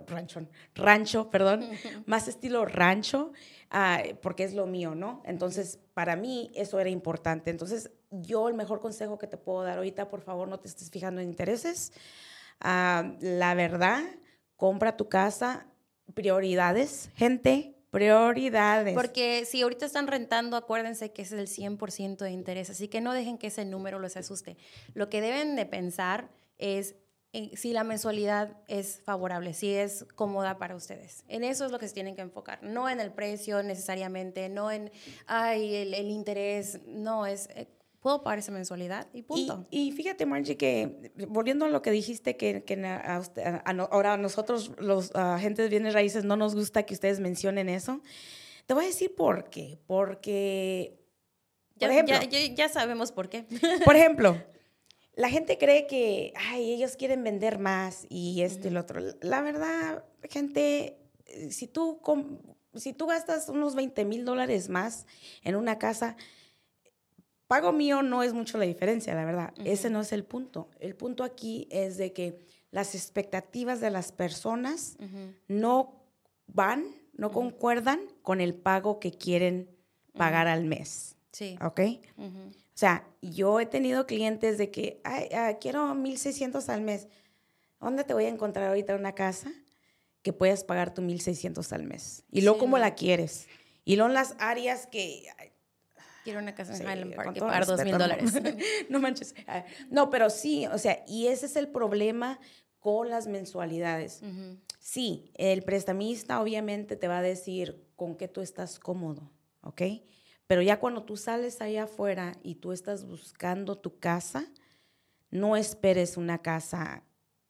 más estilo rancho, porque es lo mío, ¿no? Entonces, para mí eso era importante. Entonces, yo el mejor consejo que te puedo dar ahorita, por favor, no te estés fijando en intereses. La verdad, compra tu casa, prioridades, gente, prioridades. Porque si ahorita están rentando, acuérdense que es el 100% de interés, así que no dejen que ese número los asuste. Lo que deben de pensar es si la mensualidad es favorable, si es cómoda para ustedes. En eso es lo que se tienen que enfocar, no en el precio necesariamente, no en el interés, no, es puedo pagar esa mensualidad y punto. Y fíjate, Margie, que volviendo a lo que dijiste, que ahora a nosotros, los agentes de bienes raíces, no nos gusta que ustedes mencionen eso. Te voy a decir por qué. Porque, por ejemplo, ya sabemos por qué. Por ejemplo, la gente cree que ellos quieren vender más y esto y lo otro. La verdad, gente, si tú gastas unos $20,000 más en una casa, pago mío no es mucho la diferencia, la verdad. Ese no es el punto. El punto aquí es de que las expectativas de las personas no concuerdan con el pago que quieren pagar al mes. Sí. ¿Ok? O sea, yo he tenido clientes de que, quiero 1,600 al mes. ¿Dónde te voy a encontrar ahorita una casa que puedas pagar tu 1,600 al mes? Y luego, ¿cómo la quieres? Y luego en las áreas que... Quiero una casa en Highland Park y pagar $2,000. No manches. No, pero sí, o sea, y ese es el problema con las mensualidades. Sí, el prestamista obviamente te va a decir con qué tú estás cómodo, ¿ok? Pero ya cuando tú sales allá afuera y tú estás buscando tu casa, no esperes una casa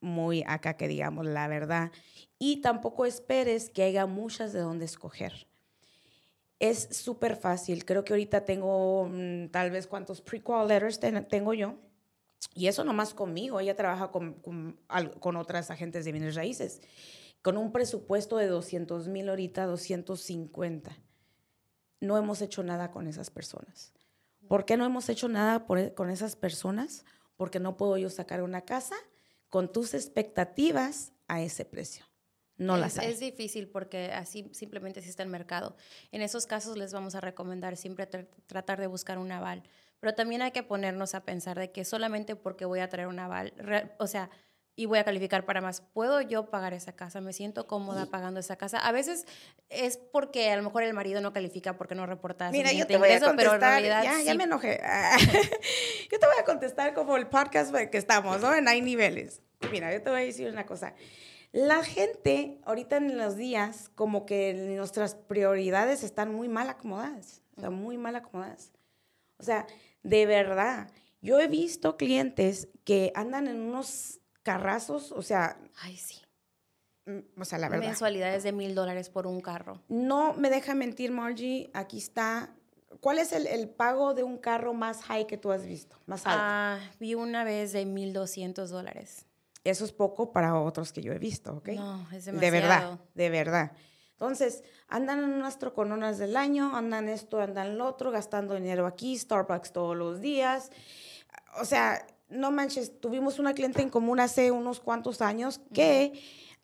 muy acá que digamos la verdad. Y tampoco esperes que haya muchas de donde escoger. Es súper fácil. Creo que ahorita tengo tal vez cuántos pre-qual letters tengo yo. Y eso nomás conmigo. Ella trabaja con otras agentes de bienes raíces. Con un presupuesto de 200,000 ahorita, 250. No hemos hecho nada con esas personas. ¿Por qué no hemos hecho nada con esas personas? Porque no puedo yo sacar una casa con tus expectativas a ese precio. No las hay. Es difícil porque así simplemente existe el mercado. En esos casos les vamos a recomendar siempre tratar de buscar un aval. Pero también hay que ponernos a pensar de que solamente porque voy a traer un aval, o sea, y voy a calificar para más, ¿puedo yo pagar esa casa? ¿Me siento cómoda pagando esa casa? A veces es porque a lo mejor el marido no califica porque no reporta suficiente ingreso, pero en realidad ya sí. me enojé. Yo te voy a contestar como el podcast que estamos, ¿no? En Hay Niveles. Mira, yo te voy a decir una cosa. La gente, ahorita en los días, como que nuestras prioridades están muy mal acomodadas. O sea, muy mal acomodadas. O sea, de verdad, yo he visto clientes que andan en unos carrazos, o sea... Ay, sí. O sea, la verdad. Mensualidades de $1,000 por un carro. No me deja mentir, Margie, aquí está. ¿Cuál es el pago de un carro más high que tú has visto? Más alto. Vi una vez de $1,200. Eso es poco para otros que yo he visto, ¿ok? No, es demasiado. De verdad, de verdad. Entonces, andan en unas trocononas del año, andan esto, andan lo otro, gastando dinero aquí, Starbucks todos los días. O sea, no manches, tuvimos una cliente en común hace unos cuantos años que,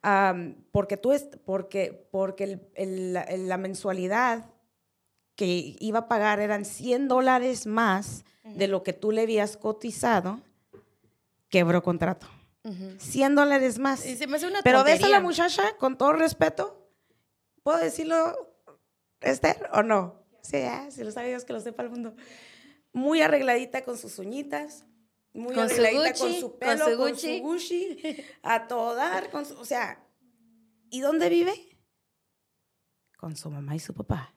porque la mensualidad que iba a pagar eran $100 más de lo que tú le habías cotizado, quebró contrato. $100 más. Y se me hace una Pero tontería. ves a la muchacha, con todo respeto, ¿puedo decirlo, Esther, o no? Sí, si lo sabe Dios, que lo sepa el mundo. Muy arregladita con sus uñitas, muy con arregladita su Gucci, con su pelo, con su Gucci, a todo dar, o sea, ¿y dónde vive? Con su mamá y su papá.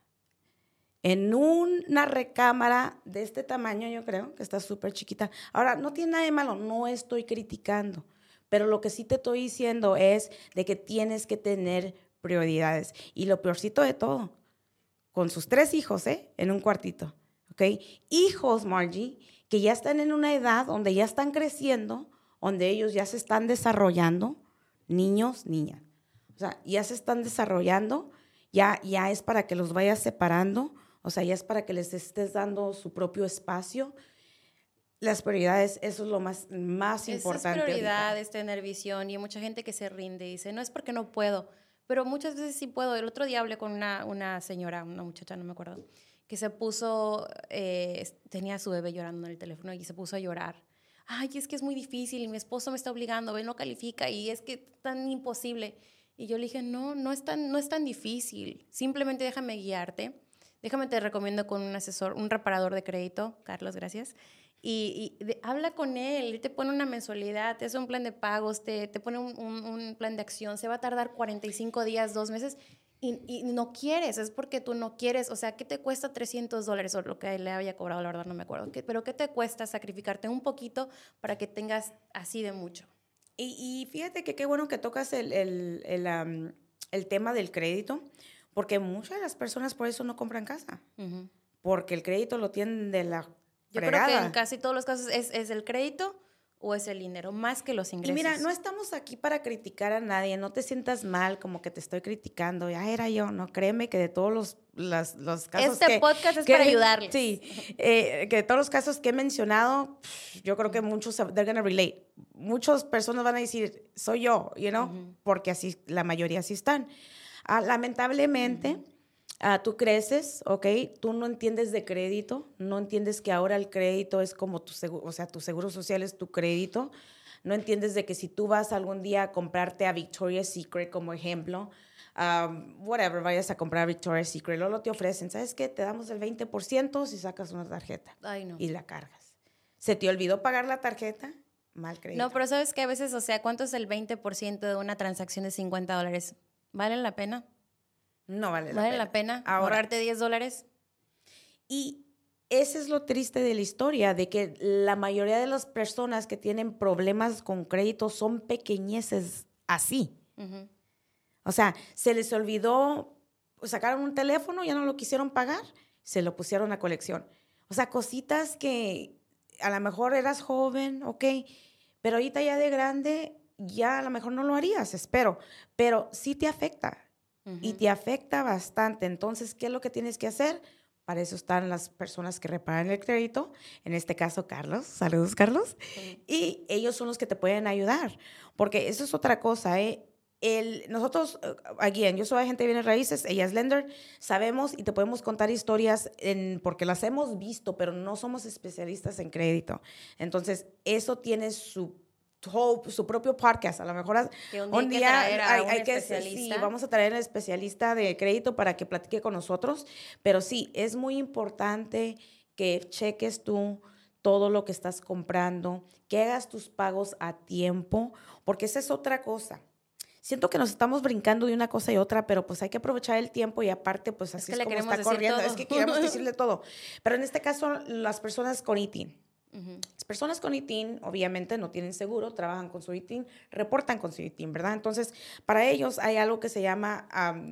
En una recámara de este tamaño, yo creo, que está súper chiquita. Ahora, no tiene nada de malo, no estoy criticando, pero lo que sí te estoy diciendo es de que tienes que tener prioridades. Y lo peorcito de todo, con sus 3 hijos, en un cuartito, ¿ok? Hijos, Margie, que ya están en una edad donde ya están creciendo, donde ellos ya se están desarrollando, niños, niñas. O sea, ya se están desarrollando, ya es para que los vayas separando, o sea, ya es para que les estés dando su propio espacio. Las prioridades, eso es lo más importante. Esas prioridades, tener visión, y hay mucha gente que se rinde y dice, no es porque no puedo, pero muchas veces sí puedo. El otro día hablé con una señora, una muchacha, no me acuerdo, que se puso, tenía a su bebé llorando en el teléfono y se puso a llorar. Ay, es que es muy difícil y mi esposo me está obligando, no califica y es que es tan imposible. Y yo le dije, no es tan difícil, simplemente déjame guiarte. Déjame te recomiendo con un asesor, un reparador de crédito, Carlos, gracias. Habla con él te pone una mensualidad, te hace un plan de pagos, te pone un plan de acción. Se va a tardar 45 días, 2 meses y no quieres, es porque tú no quieres. O sea, ¿qué te cuesta $300 o lo que le había cobrado? La verdad no me acuerdo. Pero ¿qué te cuesta sacrificarte un poquito para que tengas así de mucho? Y fíjate que qué bueno que tocas el tema del crédito, porque muchas de las personas por eso no compran casa, porque el crédito lo tienen de la fregada. Yo creo que en casi todos los casos es el crédito o es el dinero, más que los ingresos. Y mira, no estamos aquí para criticar a nadie, no te sientas mal como que te estoy criticando, ya era yo, no, créeme que de todos los casos este podcast es para ayudarles. Sí, que de todos los casos que he mencionado, yo creo que muchos, they're gonna relate. Muchas personas van a decir, soy yo, porque así, la mayoría así están. Lamentablemente, tú creces, ¿ok? Tú no entiendes de crédito, no entiendes que ahora el crédito es como tu seguro, o sea, tu seguro social es tu crédito. No entiendes de que si tú vas algún día a comprarte a Victoria's Secret, como ejemplo, whatever, vayas a comprar a Victoria's Secret, luego te ofrecen, ¿sabes qué? Te damos el 20% si sacas una tarjeta. Ay, no. Y la cargas. ¿Se te olvidó pagar la tarjeta? Mal crédito. No, pero ¿sabes qué? A veces, o sea, ¿cuánto es el 20% de una transacción de $50? ¿Vale la pena? No vale la pena. ¿Vale la pena Ahora, ahorrarte $10? Y ese es lo triste de la historia, de que la mayoría de las personas que tienen problemas con crédito son pequeñeces así. Ujú. O sea, se les olvidó, sacaron un teléfono, ya no lo quisieron pagar, se lo pusieron a colección. O sea, cositas que a lo mejor eras joven, ok, pero ahorita ya de grande, ya a lo mejor no lo harías, espero, pero sí te afecta y te afecta bastante. Entonces, ¿qué es lo que tienes que hacer? Para eso están las personas que reparan el crédito, en este caso Carlos, saludos Carlos, y ellos son los que te pueden ayudar, porque eso es otra cosa, ¿eh? Nosotros, again, yo soy agente de bienes raíces, ella es lender, sabemos y te podemos contar historias porque las hemos visto, pero no somos especialistas en crédito. Entonces, eso tiene su propio podcast. A lo mejor que un día hay que traer a un Sí, especialista. vamos a traer al especialista de crédito para que platique con nosotros, pero sí, es muy importante que cheques tú todo lo que estás comprando, que hagas tus pagos a tiempo, porque esa es otra cosa. Siento que nos estamos brincando de una cosa y otra, pero pues hay que aprovechar el tiempo y aparte pues así es como está corriendo. Es que queremos decirle todo. Pero en este caso, las personas con ITIN. Las personas con ITIN obviamente no tienen seguro, trabajan con su ITIN, reportan con su ITIN, ¿verdad? Entonces, para ellos hay algo que se llama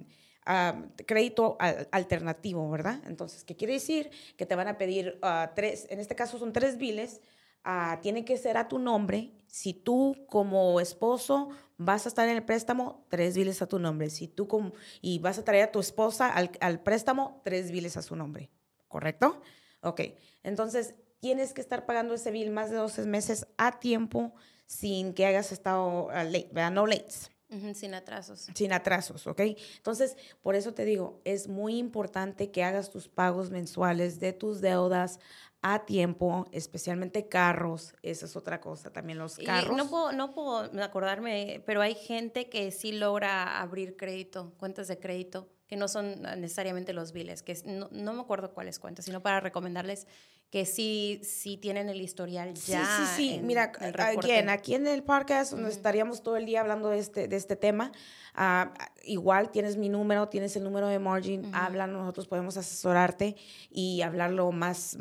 crédito alternativo, ¿verdad? Entonces, ¿qué quiere decir? Que te van a pedir en este caso son 3 biles, tiene que ser a tu nombre. Si tú como esposo vas a estar en el préstamo, 3 biles a tu nombre. Si tú y vas a traer a tu esposa al préstamo, 3 biles a su nombre. ¿Correcto? Ok. Entonces, tienes que estar pagando ese bill más de 12 meses a tiempo sin que hayas estado late, ¿verdad? No lates. Sin atrasos. Sin atrasos, ¿ok? Entonces, por eso te digo, es muy importante que hagas tus pagos mensuales de tus deudas a tiempo, especialmente carros. Esa es otra cosa, también los carros. Y no puedo acordarme, pero hay gente que sí logra abrir crédito, cuentas de crédito, que no son necesariamente los biles, que no me acuerdo cuáles cuentas, sino para recomendarles que sí tienen el historial ya. Sí. Mira, aquí en el podcast donde estaríamos todo el día hablando de este tema, igual tienes mi número, tienes el número de Margin, habla, nosotros podemos asesorarte y hablarlo más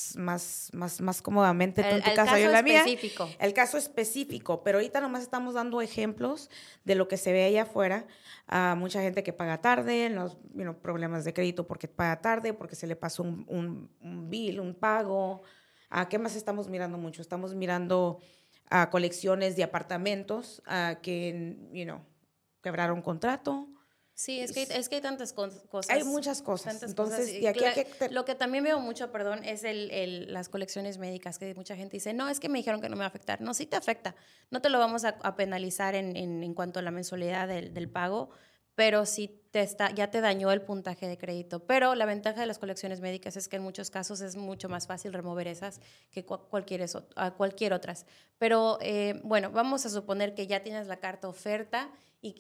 cómodamente tú en tu casa, yo en la mía. El caso específico, pero ahorita nomás estamos dando ejemplos de lo que se ve allá afuera. Mucha gente que paga tarde, los problemas de crédito porque paga tarde, porque se le pasó un bill, un pago. ¿Qué más estamos mirando mucho? Estamos mirando colecciones de apartamentos que, quebraron contrato. Sí, es que hay tantas cosas. Hay muchas cosas. Entonces, de aquí lo que también veo mucho, perdón, es las colecciones médicas, que mucha gente dice, no, es que me dijeron que no me va a afectar. No, sí te afecta. No te lo vamos a penalizar en cuanto a la mensualidad del pago, pero sí ya te dañó el puntaje de crédito. Pero la ventaja de las colecciones médicas es que en muchos casos es mucho más fácil remover esas que cualquier otras. Pero bueno, vamos a suponer que ya tienes la carta oferta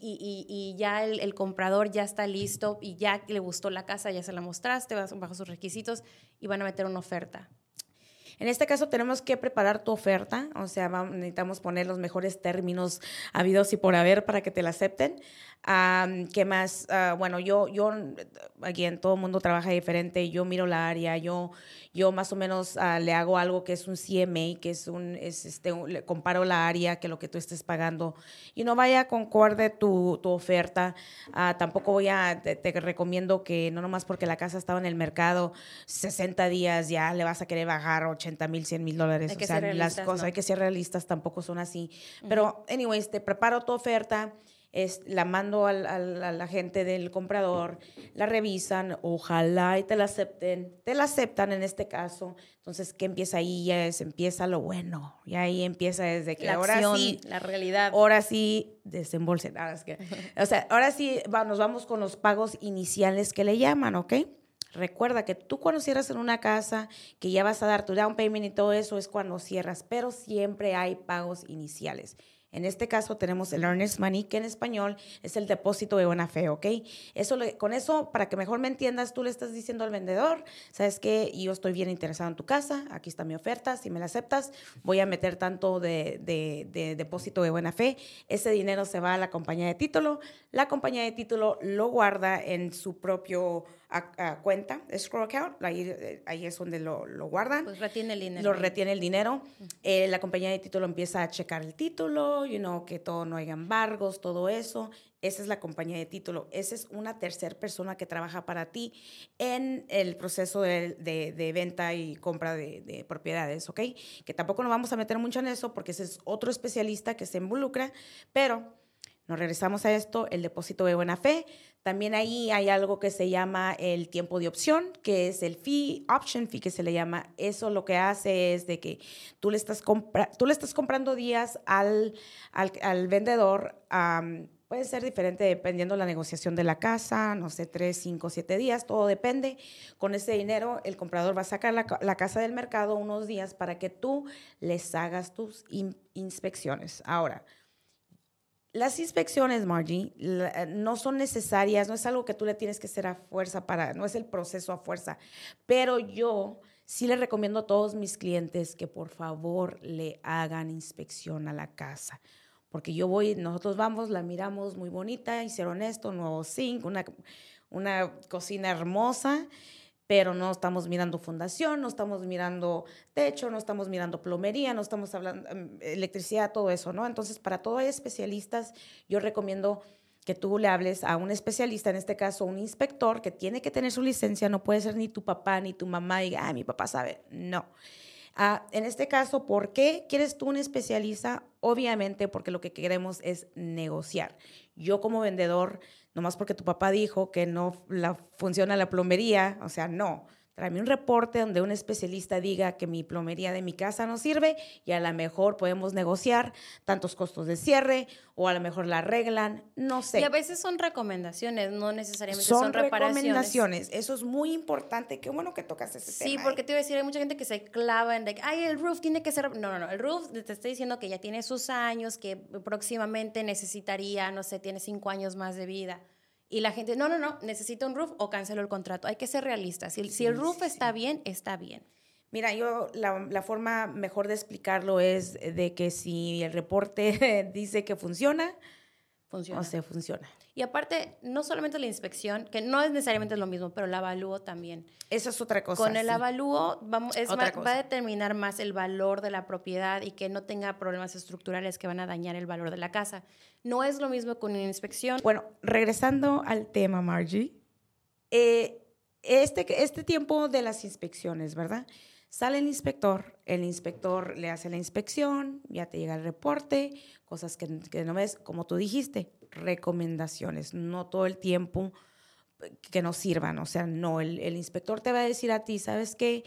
y ya el comprador ya está listo y ya le gustó la casa, ya se la mostraste, bajo sus requisitos y van a meter una oferta. En este caso tenemos que preparar tu oferta, o sea, necesitamos poner los mejores términos habidos y por haber para que te la acepten. ¿Qué más? Bueno, yo aquí en todo el mundo trabaja diferente, yo miro la área, yo más o menos le hago algo que es un CMA, que le comparo la área que lo que tú estés pagando y no vaya concorde tu oferta. Tampoco te recomiendo que no nomás porque la casa estaba en el mercado 60 días ya le vas a querer bajar 80,000, 100,000 dólares. O sea, las cosas, ¿no? Hay que ser realistas, tampoco son así. Pero, anyways, te preparo tu oferta, la mando a la gente del comprador, la revisan, ojalá y te la acepten. Te la aceptan en este caso. Entonces, ¿qué empieza ahí? Empieza lo bueno. Y ahí empieza desde que la ahora acción, sí. La realidad. Ahora sí, desembolsen. O sea, ahora sí nos vamos con los pagos iniciales que le llaman, ¿ok? Recuerda que tú cuando cierras en una casa, que ya vas a dar tu down payment y todo eso, es cuando cierras, pero siempre hay pagos iniciales. En este caso tenemos el earnest money, que en español es el depósito de buena fe, ¿ok? Con eso, para que mejor me entiendas, tú le estás diciendo al vendedor, ¿sabes qué? Yo estoy bien interesado en tu casa, aquí está mi oferta, si me la aceptas, voy a meter tanto de depósito de buena fe. Ese dinero se va a la compañía de título, la compañía de título lo guarda en su propio a cuenta, escrow account, ahí es donde lo guardan. Pues retiene el dinero. Lo retiene el dinero. La compañía de título empieza a checar el título, que todo no haya embargos, todo eso. Esa es la compañía de título. Esa es una tercera persona que trabaja para ti en el proceso de venta y compra de propiedades, ¿ok? Que tampoco nos vamos a meter mucho en eso porque ese es otro especialista que se involucra, pero nos regresamos a esto, el depósito de buena fe. También ahí hay algo que se llama el tiempo de opción, que es el option fee que se le llama. Eso lo que hace es de que tú le estás comprando días al vendedor. Puede ser diferente dependiendo de la negociación de la casa, no sé, 3, 5, 7 días, todo depende. Con ese dinero, el comprador va a sacar la casa del mercado unos días para que tú les hagas tus inspecciones. Ahora, las inspecciones, Margie, no son necesarias, no es algo que tú le tienes que hacer a fuerza no es el proceso a fuerza, pero yo sí le recomiendo a todos mis clientes que por favor le hagan inspección a la casa. Porque nosotros vamos, la miramos muy bonita, hicieron esto, nuevo zinc, una cocina hermosa, pero no estamos mirando fundación, no estamos mirando techo, no estamos mirando plomería, no estamos hablando electricidad, todo eso, ¿no? Entonces, para todos especialistas, yo recomiendo que tú le hables a un especialista, en este caso un inspector, que tiene que tener su licencia, no puede ser ni tu papá ni tu mamá y diga, mi papá sabe, no. En este caso, ¿por qué quieres tú un especialista? Obviamente porque lo que queremos es negociar. Yo como vendedor, nomás porque tu papá dijo que no funciona la plomería, o sea, no. Tráeme un reporte donde un especialista diga que mi plomería de mi casa no sirve y a lo mejor podemos negociar tantos costos de cierre o a lo mejor la arreglan, no sé. Y a veces son recomendaciones, no necesariamente son reparaciones. Recomendaciones, eso es muy importante. Qué bueno que tocas ese tema. Sí, porque te iba a decir, hay mucha gente que se clava en el roof tiene que ser... No, el roof te estoy diciendo que ya tiene sus años, que próximamente necesitaría, no sé, tiene 5 años más de vida. Y la gente, no, necesito un roof o cancelo el contrato. Hay que ser realistas. Si el roof está bien, está bien. Mira, la forma mejor de explicarlo es de que si el reporte dice que funciona, o sea, funciona. Y aparte, no solamente la inspección, que no es necesariamente lo mismo, pero el avalúo también. Eso es otra cosa. Con el avalúo va a determinar más el valor de la propiedad y que no tenga problemas estructurales que van a dañar el valor de la casa. No es lo mismo con una inspección. Bueno, regresando al tema, Margie, este tiempo de las inspecciones, ¿verdad? Sale el inspector le hace la inspección, ya te llega el reporte, cosas que no ves, como tú dijiste, recomendaciones, no todo el tiempo que nos sirvan, o sea, no, el inspector te va a decir a ti, ¿sabes qué?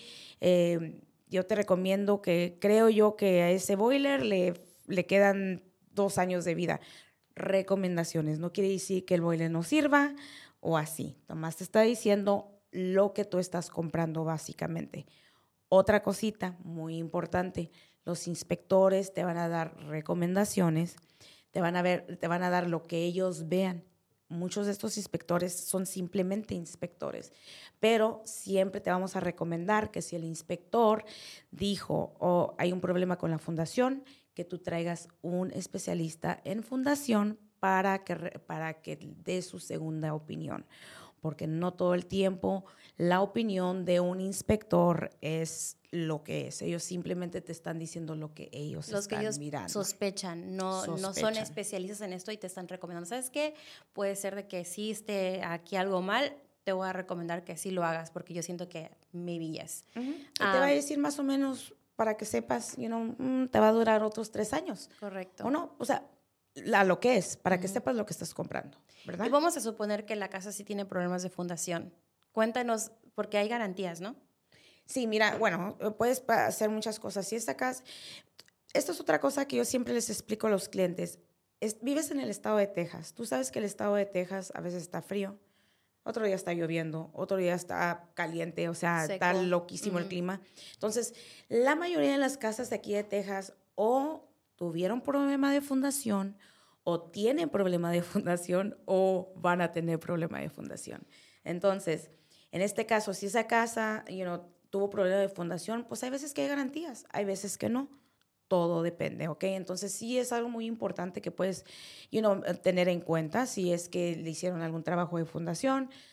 Yo te recomiendo creo yo que a ese boiler le quedan 2 años de vida. Recomendaciones, no quiere decir que el boiler no sirva o así, nomás te está diciendo lo que tú estás comprando básicamente. Otra cosita muy importante, los inspectores te van a dar recomendaciones, te van a dar lo que ellos vean. Muchos de estos inspectores son simplemente inspectores, pero siempre te vamos a recomendar que si el inspector dijo hay un problema con la fundación, que tú traigas un especialista en fundación para que dé su segunda opinión. Porque no todo el tiempo la opinión de un inspector es lo que es. Ellos simplemente te están diciendo lo que ellos están mirando. Sospechan, no son especialistas en esto y te están recomendando. ¿Sabes qué? Puede ser de que sí esté aquí algo mal, te voy a recomendar que sí lo hagas porque yo siento que maybe yes. Y te va a decir más o menos para que sepas, te va a durar otros 3 años. Correcto. ¿O no? O sea, lo que es, para que sepas lo que estás comprando, ¿verdad? Y vamos a suponer que la casa sí tiene problemas de fundación. Cuéntanos, porque hay garantías, ¿no? Sí, mira, bueno, puedes hacer muchas cosas. Si esta casa, esto es otra cosa que yo siempre les explico a los clientes. Vives en el estado de Texas. Tú sabes que el estado de Texas a veces está frío, otro día está lloviendo, otro día está caliente, o sea, seco. Está loquísimo el clima. Entonces, la mayoría de las casas de aquí de Texas o tuvieron problema de fundación o tienen problema de fundación o van a tener problema de fundación. Entonces, en este caso, si esa casa, tuvo problema de fundación, pues hay veces que hay garantías, hay veces que no. Todo depende, ¿ok? Entonces, sí es algo muy importante que puedes, tener en cuenta si es que le hicieron algún trabajo de fundación.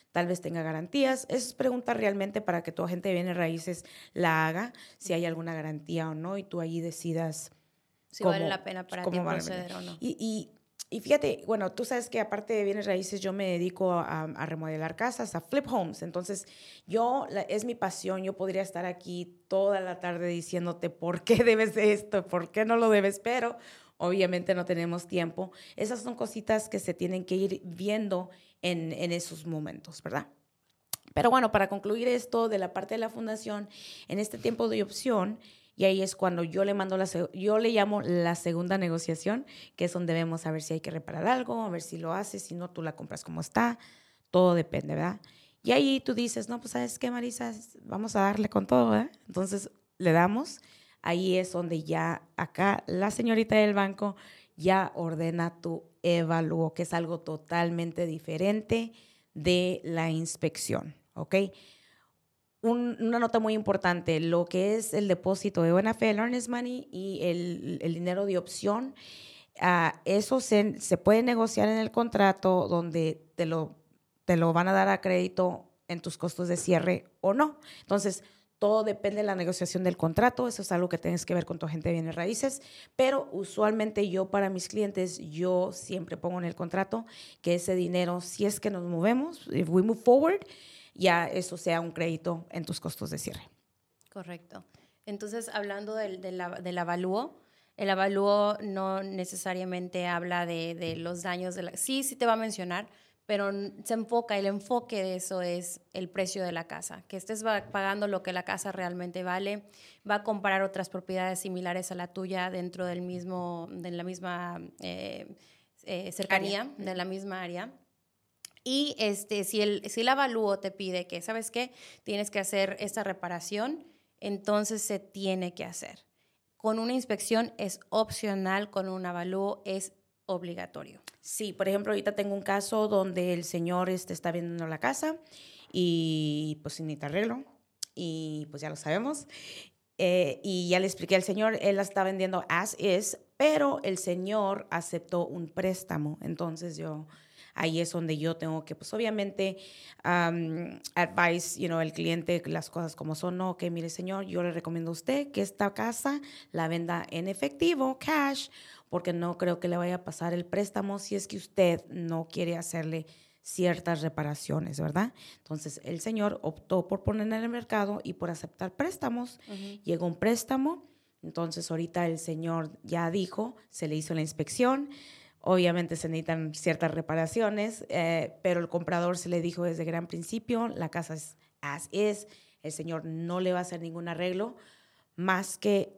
tal vez tenga garantías. Esas preguntas realmente para que tu agente de bienes raíces la haga, si hay alguna garantía o no, y tú ahí decidas si vale la pena para ti vale proceder o no. Y fíjate, bueno, tú sabes que aparte de bienes raíces, yo me dedico a remodelar casas, a flip homes. Entonces, es mi pasión. Yo podría estar aquí toda la tarde diciéndote por qué debes de esto, por qué no lo debes, pero obviamente no tenemos tiempo. Esas son cositas que se tienen que ir viendo en esos momentos, ¿verdad? Pero bueno, para concluir esto de la parte de la fundación, en este tiempo de opción, y ahí es cuando yo yo le llamo la segunda negociación, que es donde vemos a ver si hay que reparar algo, a ver si lo haces, si no, tú la compras como está, todo depende, ¿verdad? Y ahí tú dices, no, pues ¿sabes qué, Marisa? Vamos a darle con todo, ¿verdad? Entonces le damos, ahí es donde ya acá la señorita del banco ya ordena tu evalúo, que es algo totalmente diferente de la inspección, ¿ok? Una nota muy importante, lo que es el depósito de buena fe, el earnest money y el dinero de opción, eso se puede negociar en el contrato donde te lo van a dar a crédito en tus costos de cierre o no. Entonces, todo depende de la negociación del contrato, eso es algo que tienes que ver con tu agente de bienes raíces, pero usualmente yo para mis clientes, yo siempre pongo en el contrato que ese dinero, si es que nos movemos, if we move forward, ya eso sea un crédito en tus costos de cierre. Correcto. Entonces, hablando del avalúo, el avalúo no necesariamente habla de los daños de sí te va a mencionar, pero el enfoque de eso es el precio de la casa, que estés pagando lo que la casa realmente vale, va a comparar otras propiedades similares a la tuya dentro de la misma cercanía, de la misma área. Y si el avalúo te pide que, ¿sabes qué? Tienes que hacer esta reparación, entonces se tiene que hacer. Con una inspección es opcional, con un avalúo es obligatorio. Sí, por ejemplo, ahorita tengo un caso donde el señor está vendiendo la casa y pues sin necesita arreglo y pues ya lo sabemos. Y ya le expliqué al señor, él la está vendiendo as is, pero el señor aceptó un préstamo. Entonces ahí es donde yo tengo que, pues obviamente, advise, el cliente, las cosas como son. No, que mire señor, yo le recomiendo a usted que esta casa la venda en efectivo, cash, porque no creo que le vaya a pasar el préstamo si es que usted no quiere hacerle ciertas reparaciones, ¿verdad? Entonces, el señor optó por poner en el mercado y por aceptar préstamos. Uh-huh. Llegó un préstamo, entonces ahorita el señor ya dijo, se le hizo la inspección, obviamente se necesitan ciertas reparaciones, pero el comprador se le dijo desde gran principio, la casa es as is, el señor no le va a hacer ningún arreglo, más que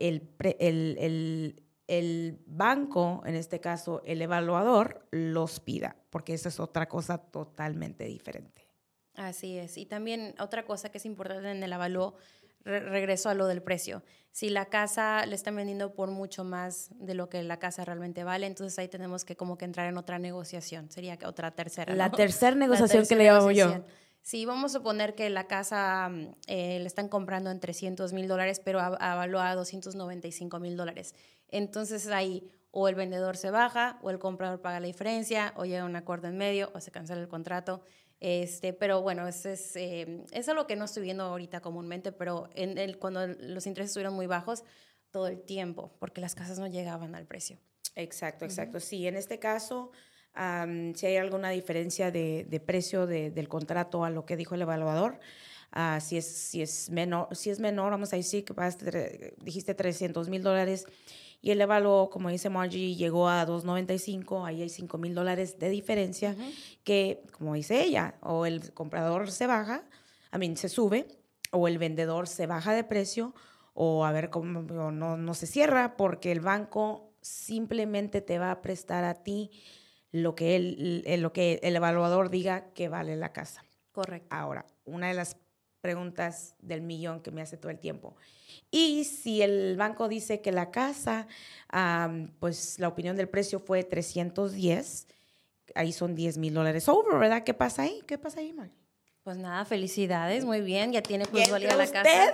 el banco, en este caso el evaluador, los pida, porque esa es otra cosa totalmente diferente. Así es. Y también otra cosa que es importante en el avalúo, regreso a lo del precio. Si la casa le están vendiendo por mucho más de lo que la casa realmente vale, entonces ahí tenemos que como que entrar en otra negociación. Sería otra tercera, ¿no? La tercera negociación que le llamo yo. Sí, vamos a suponer que la casa le están comprando en $300,000, pero avaluada a $295,000. Entonces ahí o el vendedor se baja, o el comprador paga la diferencia, o llega a un acuerdo en medio, o se cancela el contrato. Pero bueno, es algo que no estoy viendo ahorita comúnmente, pero cuando los intereses estuvieron muy bajos, todo el tiempo, porque las casas no llegaban al precio. Exacto. Uh-huh. Sí, en este caso, si hay alguna diferencia de precio del contrato a lo que dijo el evaluador, si es menor, vamos a decir que dijiste $300,000 y el evaluó, como dice Margie, llegó a $295, ahí hay $5,000 de diferencia. Uh-huh. Que, como dice ella, o el comprador se sube, o el vendedor se baja de precio, o a ver cómo no se cierra, porque el banco simplemente te va a prestar a ti lo que el evaluador diga que vale la casa. Correcto. Ahora, una de las preguntas del millón que me hace todo el tiempo. Y si el banco dice que la casa, pues la opinión del precio fue 310, ahí son $10,000 over, ¿verdad? ¿Qué pasa ahí, Mari? Pues nada, felicidades, muy bien, ya tiene plusvalía la casa. ¿Usted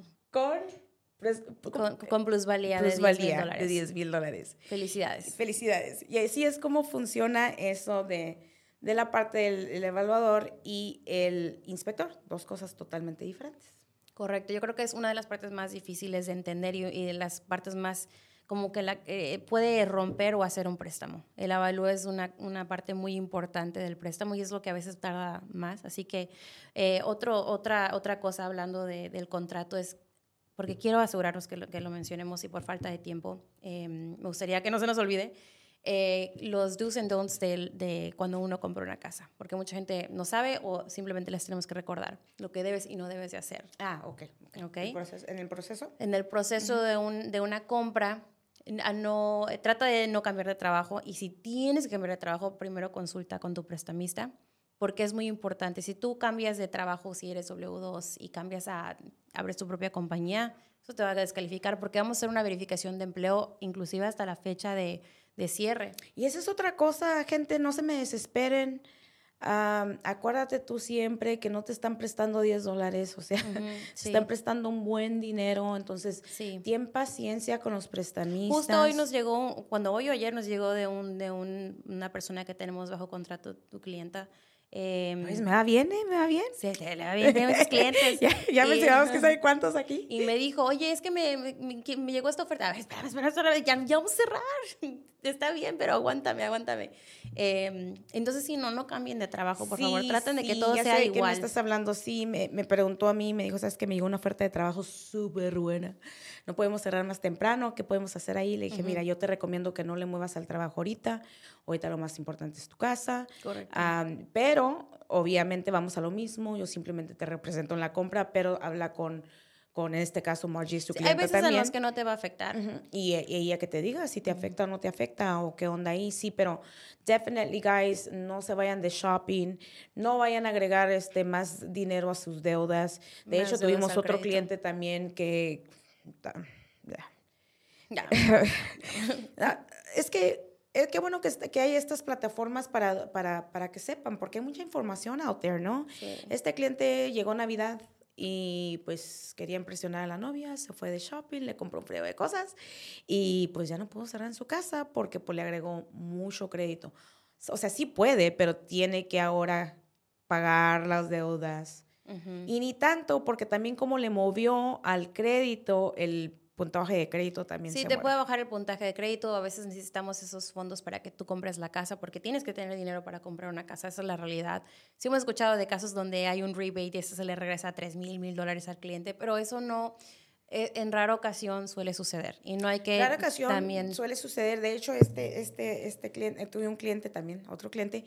con plusvalía de $10,000. De $10,000. Felicidades. Y así es como funciona eso de de la parte del evaluador y el inspector. Dos cosas totalmente diferentes. Correcto, yo creo que es una de las partes más difíciles de entender y de las partes más como que puede romper o hacer un préstamo. El avalúo es una parte muy importante del préstamo y es lo que a veces tarda más. Así que otra cosa hablando del contrato es, porque quiero asegurarnos que lo mencionemos y por falta de tiempo, me gustaría que no se nos olvide, los do's and don'ts de cuando uno compra una casa, porque mucha gente no sabe o simplemente les tenemos que recordar lo que debes y no debes de hacer. Ok. Okay. ¿En el proceso? En el proceso de una compra, trata de no cambiar de trabajo y si tienes que cambiar de trabajo, primero consulta con tu prestamista porque es muy importante. Si tú cambias de trabajo, si eres W2 y abres tu propia compañía, eso te va a descalificar porque vamos a hacer una verificación de empleo inclusive hasta la fecha de cierre. Y esa es otra cosa, gente, no se me desesperen. Acuérdate tú siempre que no te están prestando $10, o sea, sí. están prestando un buen dinero, entonces ten paciencia con los prestamistas. Justo hoy nos llegó, hoy o ayer nos llegó de una persona que tenemos bajo contrato, tu clienta. Pues me va bien, me va bien. Sí, le va bien, tengo muchos clientes. ya mencionamos que sabe cuántos aquí. Y me dijo, oye, es que me llegó esta oferta. A ver, espera, ya vamos a cerrar. Está bien, pero aguántame. Entonces, si no cambien de trabajo, por favor. Traten de que todo sea igual. ¿Qué me estás hablando? Sí, me preguntó a mí, me dijo, ¿sabes que me llegó una oferta de trabajo súper buena? No podemos cerrar más temprano, ¿qué podemos hacer ahí? Le dije, mira, yo te recomiendo que no le muevas al trabajo ahorita lo más importante es tu casa. Correcto. Pero, obviamente, vamos a lo mismo, yo simplemente te represento en la compra, pero habla con en este caso Margie, su cliente también. Hay veces en los que no te va a afectar. Y ella que te diga si te afecta o no te afecta o qué onda ahí, sí, pero definitely, guys, no se vayan de shopping, no vayan a agregar más dinero a sus deudas. De hecho, tuvimos otro cliente también que... Es que qué bueno que hay estas plataformas para que sepan, porque hay mucha información out there, ¿no? Sí. Este cliente llegó a Navidad y pues quería impresionar a la novia, se fue de shopping, le compró un frío de cosas y pues ya no pudo cerrar en su casa porque pues le agregó mucho crédito. O sea, sí puede, pero tiene que ahora pagar las deudas. Y ni tanto, porque también como le movió al crédito, el puntaje de crédito también se mueve. Puede bajar el puntaje de crédito. A veces necesitamos esos fondos para que tú compres la casa porque tienes que tener dinero para comprar una casa. Esa es la realidad. Sí hemos escuchado de casos donde hay un rebate y eso se le regresa $3,000, $1,000 al cliente, pero eso no... En rara ocasión suele suceder y no hay que... Rara ocasión también suele suceder. De hecho, este cliente, tuve un cliente también, otro cliente.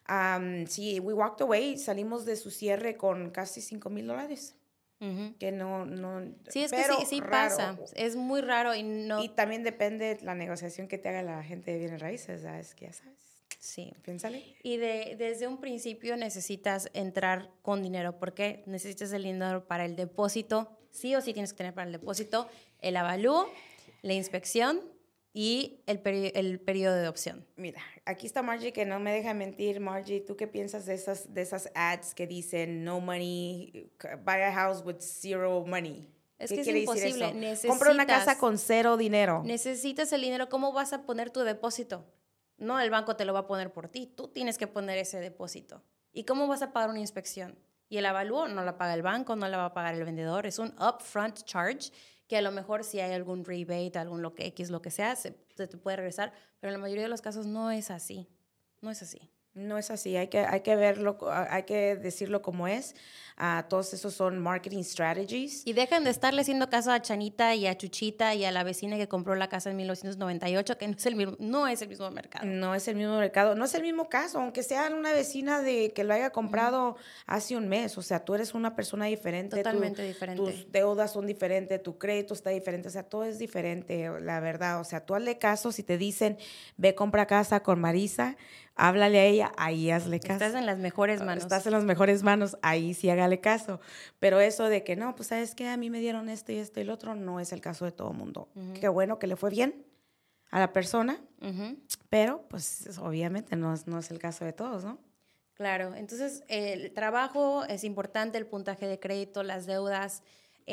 Sí, we walked away, salimos de su cierre con casi $5,000. Que no... Sí, es pero que sí pasa. Es muy raro y no... Y también depende de la negociación que te haga la gente de bienes raíces, ¿sabes? Que ya sabes. Sí. Piénsale. Y desde un principio necesitas entrar con dinero porque necesitas el dinero para el depósito. Sí o sí tienes que tener para el depósito el avalúo, la inspección y el periodo de opción. Mira, aquí está Margie que no me deja mentir. Margie, ¿tú qué piensas de esas ads que dicen no money, buy a house with zero money? Es que es imposible. Compra una casa con cero dinero. Necesitas el dinero. ¿Cómo vas a poner tu depósito? No, el banco te lo va a poner por ti. Tú tienes que poner ese depósito. ¿Y cómo vas a pagar una inspección? Y el avalúo no la paga el banco, no la va a pagar el vendedor. Es un upfront charge que a lo mejor si hay algún rebate, lo que sea, se te puede regresar. Pero en la mayoría de los casos no es así. No es así. No es así, hay que verlo, hay que decirlo como es. Todos esos son marketing strategies. Y dejen de estarle haciendo caso a Chanita y a Chuchita y a la vecina que compró la casa en 1998, que no es el mismo mercado. No es el mismo mercado, no es el mismo caso, aunque sea una vecina que lo haya comprado hace un mes. O sea, tú eres una persona diferente. Totalmente diferente. Tus deudas son diferentes, tu crédito está diferente, o sea, todo es diferente, la verdad. O sea, tú hazle caso si te dicen, ve, compra casa con Marisa, háblale a ella, ahí hazle caso. Estás en las mejores manos. Estás en las mejores manos, ahí sí hágale caso. Pero eso de que no, pues sabes que a mí me dieron esto y esto y el otro, no es el caso de todo el mundo. Qué bueno que le fue bien a la persona, pero pues obviamente no es el caso de todos, ¿no? Claro, entonces el trabajo es importante, el puntaje de crédito, las deudas,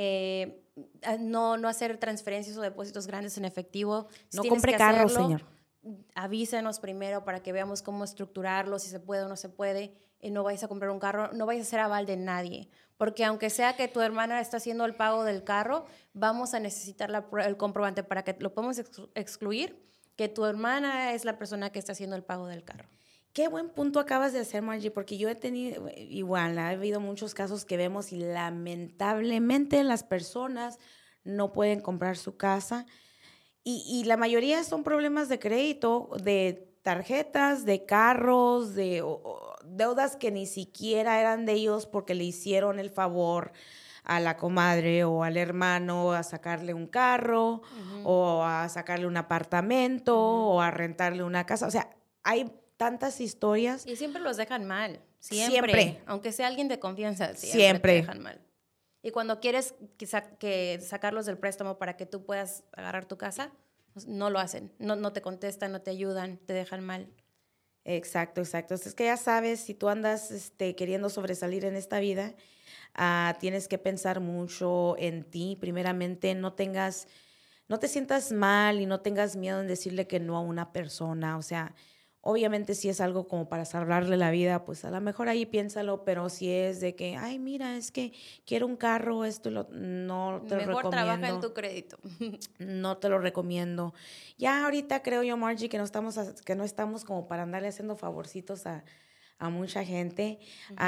no hacer transferencias o depósitos grandes en efectivo. No compre carro, señor. avísenos primero para que veamos cómo estructurarlo, si se puede o no se puede, y no vayas a comprar un carro, no vayas a ser aval de nadie, porque aunque sea que tu hermana está haciendo el pago del carro, vamos a necesitar el comprobante para que lo podamos excluir, que tu hermana es la persona que está haciendo el pago del carro. Qué buen punto acabas de hacer, Margie, porque yo he tenido, igual, ha habido muchos casos que vemos y lamentablemente las personas no pueden comprar su casa y la mayoría son problemas de crédito, de tarjetas, de carros, de deudas que ni siquiera eran de ellos porque le hicieron el favor a la comadre o al hermano a sacarle un carro o a sacarle un apartamento o a rentarle una casa. O sea, hay tantas historias. Y siempre los dejan mal, Siempre. aunque sea alguien de confianza, Siempre te dejan mal. Y cuando quieres que sacarlos del préstamo para que tú puedas agarrar tu casa, pues no lo hacen, no te contestan, no te ayudan, te dejan mal. Exacto, exacto. Es que ya sabes, si tú andas queriendo sobresalir en esta vida, tienes que pensar mucho en ti. Primeramente, no te sientas mal y no tengas miedo en decirle que no a una persona. O sea, obviamente si es algo como para salvarle la vida, pues a lo mejor ahí piénsalo, pero si es de que, ay, mira, es que quiero un carro, no te lo recomiendo. Mejor trabaja en tu crédito. No te lo recomiendo. Ya ahorita creo yo, Margie, que no estamos como para andarle haciendo favorcitos a mucha gente.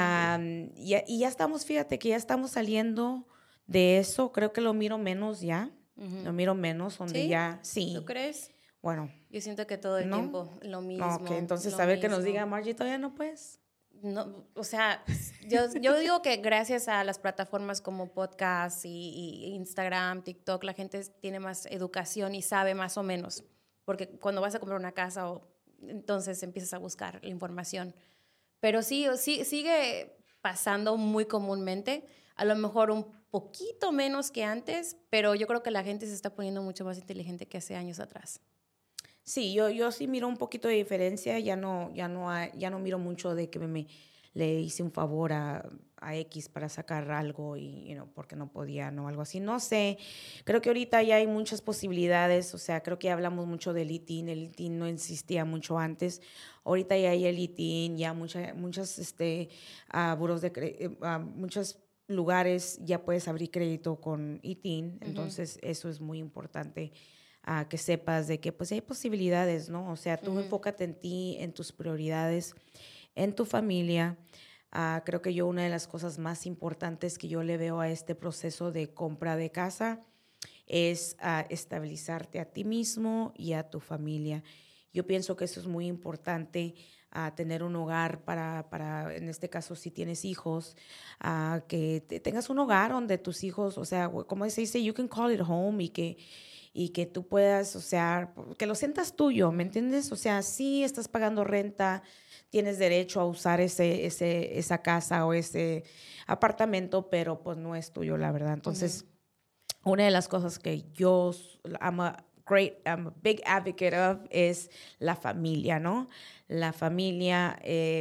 Y ya estamos, fíjate que ya estamos saliendo de eso. Creo que lo miro menos ya. Lo miro menos, donde ¿Sí? ya, sí. ¿Tú crees? Bueno. Yo siento que todo el tiempo lo mismo. Ok, entonces a ver que nos diga, Margie, todavía no puedes. No, o sea, yo digo que gracias a las plataformas como podcast y Instagram, TikTok, la gente tiene más educación y sabe más o menos. Porque cuando vas a comprar una casa, entonces empiezas a buscar la información. Pero sí, sigue pasando muy comúnmente, a lo mejor un poquito menos que antes, pero yo creo que la gente se está poniendo mucho más inteligente que hace años atrás. Sí, yo sí miro un poquito de diferencia, ya no miro mucho de que le hice un favor a X para sacar algo y porque no podía, no, algo así. No sé, creo que ahorita ya hay muchas posibilidades, o sea, creo que ya hablamos mucho del ITIN, el ITIN no existía mucho antes, ahorita ya hay el ITIN, ya muchos buros de muchos lugares ya puedes abrir crédito con ITIN, entonces eso es muy importante. Que sepas de que pues hay posibilidades, ¿no? O sea, tú enfócate en ti, en tus prioridades, en tu familia. Creo que yo una de las cosas más importantes que yo le veo a este proceso de compra de casa es estabilizarte a ti mismo y a tu familia. Yo pienso que eso es muy importante, tener un hogar para, en este caso, si tienes hijos, que tengas un hogar donde tus hijos, o sea, como se dice, you can call it home y que tú puedas, o sea, que lo sientas tuyo, ¿me entiendes? O sea, sí estás pagando renta, tienes derecho a usar esa casa o ese apartamento, pero pues no es tuyo, la verdad. Entonces, una de las cosas que I'm a big advocate of es la familia, ¿no? La familia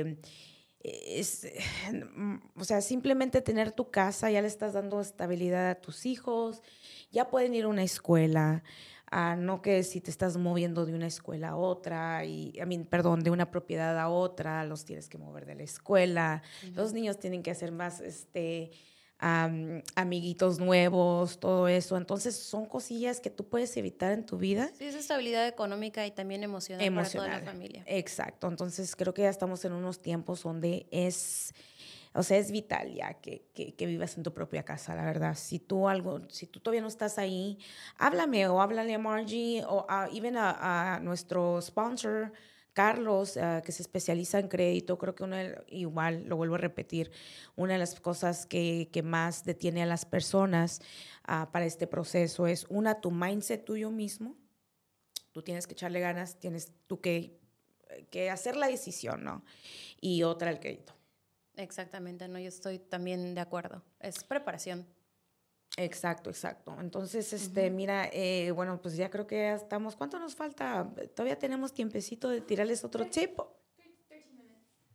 o sea, simplemente tener tu casa, ya le estás dando estabilidad a tus hijos, ya pueden ir a una escuela, no que si te estás moviendo de una escuela a otra, de una propiedad a otra, los tienes que mover de la escuela, los niños tienen que hacer más, amiguitos nuevos, todo eso. Entonces, son cosillas que tú puedes evitar en tu vida. Sí, es estabilidad económica y también emocional para toda la familia. Exacto. Entonces, creo que ya estamos en unos tiempos donde es vital ya que vivas en tu propia casa, la verdad. Si tú todavía no estás ahí, háblame o háblale a Margie o even a nuestro sponsor, Carlos, que se especializa en crédito. Creo que igual, lo vuelvo a repetir, una de las cosas que más detiene a las personas para este proceso es, tu mindset tuyo mismo. Tú tienes que echarle ganas, tienes tú que hacer la decisión, ¿no? Y otra, el crédito. Exactamente, no, yo estoy también de acuerdo. Es preparación. Exacto. Entonces, mira, bueno, pues ya creo que ya estamos. ¿Cuánto nos falta? Todavía tenemos tiempecito de tirarles otro tip.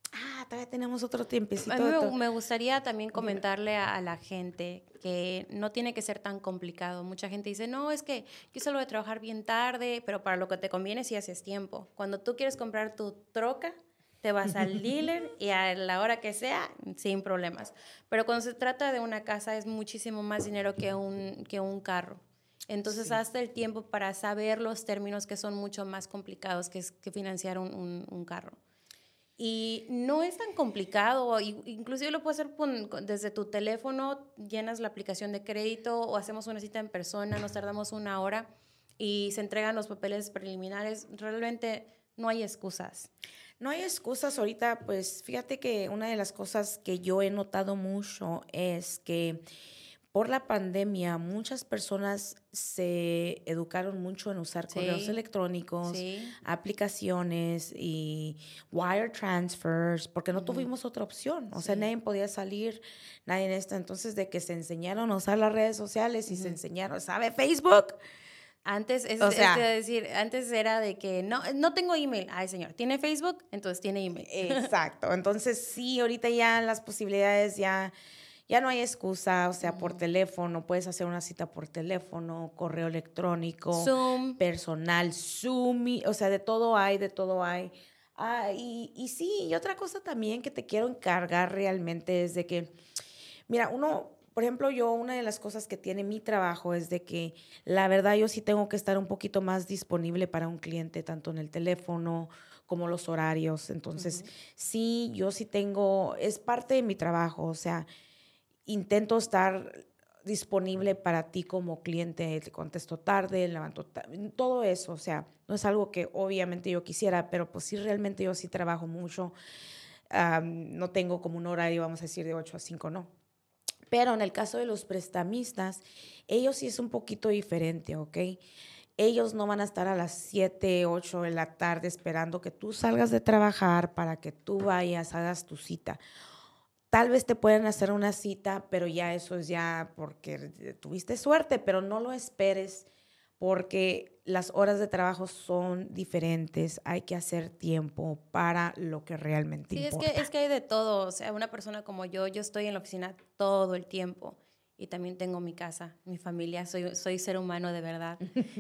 todavía tenemos otro tiempecito. A mí me gustaría también comentarle a la gente que no tiene que ser tan complicado. Mucha gente dice, no, es que yo salgo de trabajar bien tarde, pero para lo que te conviene si haces tiempo. Cuando tú quieres comprar tu troca, te vas al dealer y a la hora que sea, sin problemas. Pero cuando se trata de una casa es muchísimo más dinero que un carro. Entonces, hazte el tiempo para saber los términos que son mucho más complicados que financiar un carro. Y no es tan complicado, inclusive lo puedes hacer desde tu teléfono, llenas la aplicación de crédito o hacemos una cita en persona, nos tardamos 1 hora y se entregan los papeles preliminares. Realmente no hay excusas. No hay excusas ahorita, pues fíjate que una de las cosas que yo he notado mucho es que por la pandemia muchas personas se educaron mucho en usar correos electrónicos, aplicaciones y wire transfers, porque no tuvimos otra opción. O sea, nadie podía salir, nadie en esto. Entonces, de que se enseñaron a usar las redes sociales y se enseñaron, ¿sabe Facebook? Antes, antes era de que no tengo email. Ay, señor, ¿tiene Facebook? Entonces tiene email. Exacto. Entonces, sí, ahorita ya las posibilidades ya no hay excusa, o sea, por teléfono, puedes hacer una cita por teléfono, correo electrónico, Zoom, personal, Zoom, o sea, de todo hay. Y sí, y otra cosa también que te quiero encargar realmente es de que, mira, por ejemplo, una de las cosas que tiene mi trabajo es de que la verdad yo sí tengo que estar un poquito más disponible para un cliente, tanto en el teléfono como los horarios. Entonces, sí, yo sí es parte de mi trabajo, o sea, intento estar disponible para ti como cliente, te contesto tarde, todo eso, o sea, no es algo que obviamente yo quisiera, pero pues sí, realmente yo sí trabajo mucho, no tengo como un horario, vamos a decir, de 8 a 5, no. Pero en el caso de los prestamistas, ellos sí es un poquito diferente, ¿ok? Ellos no van a estar a las 7, 8 de la tarde esperando que tú salgas de trabajar para que tú vayas, hagas tu cita. Tal vez te pueden hacer una cita, pero ya eso es ya porque tuviste suerte, pero no lo esperes porque las horas de trabajo son diferentes. Hay que hacer tiempo para lo que realmente importa. Es que hay de todo. O sea, una persona como yo estoy en la oficina todo el tiempo y también tengo mi casa, mi familia. Soy ser humano de verdad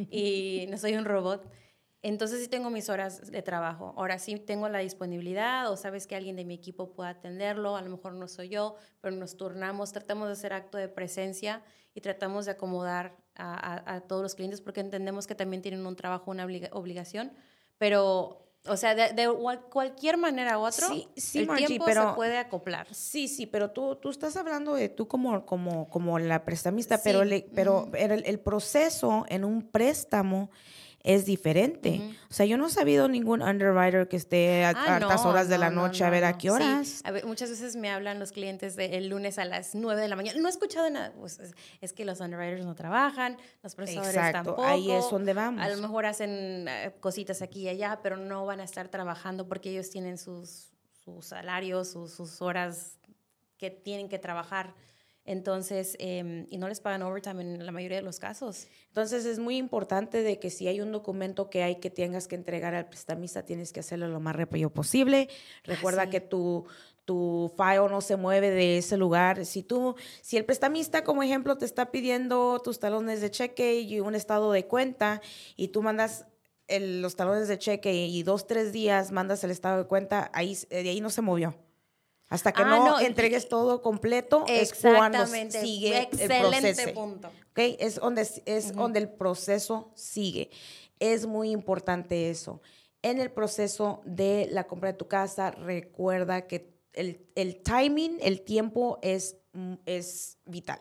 y no soy un robot. Entonces sí tengo mis horas de trabajo. Ahora sí tengo la disponibilidad o sabes que alguien de mi equipo pueda atenderlo. A lo mejor no soy yo, pero nos turnamos, tratamos de hacer acto de presencia y tratamos de acomodar a todos los clientes porque entendemos que también tienen un trabajo, una obligación. Pero, o sea, de cualquier manera u otro, el Margie, tiempo se puede acoplar. Sí, pero tú estás hablando de tú como la prestamista, Sí. pero el proceso en un préstamo es diferente. O sea, yo no he sabido ningún underwriter que esté a altas horas de la noche a ver a qué horas. Sí. Muchas veces me hablan los clientes el lunes a las 9 de la mañana. No he escuchado nada. Pues es que los underwriters no trabajan, los procesadores tampoco. Ahí es donde vamos. A lo mejor hacen cositas aquí y allá, pero no van a estar trabajando porque ellos tienen sus salarios, sus horas que tienen que trabajar. Entonces, y no les pagan overtime en la mayoría de los casos. Entonces, es muy importante de que si hay un documento que tengas que entregar al prestamista, tienes que hacerlo lo más rápido posible. Recuerda que tu file no se mueve de ese lugar. Si el prestamista, como ejemplo, te está pidiendo tus talones de cheque y un estado de cuenta y tú mandas los talones de cheque y 2, 3 días mandas el estado de cuenta, de ahí no se movió. Hasta que no entregues todo completo es cuando sigue el proceso. Excelente punto. ¿Okay? Es donde el proceso sigue. Es muy importante eso. En el proceso de la compra de tu casa, recuerda que el timing, el tiempo es vital.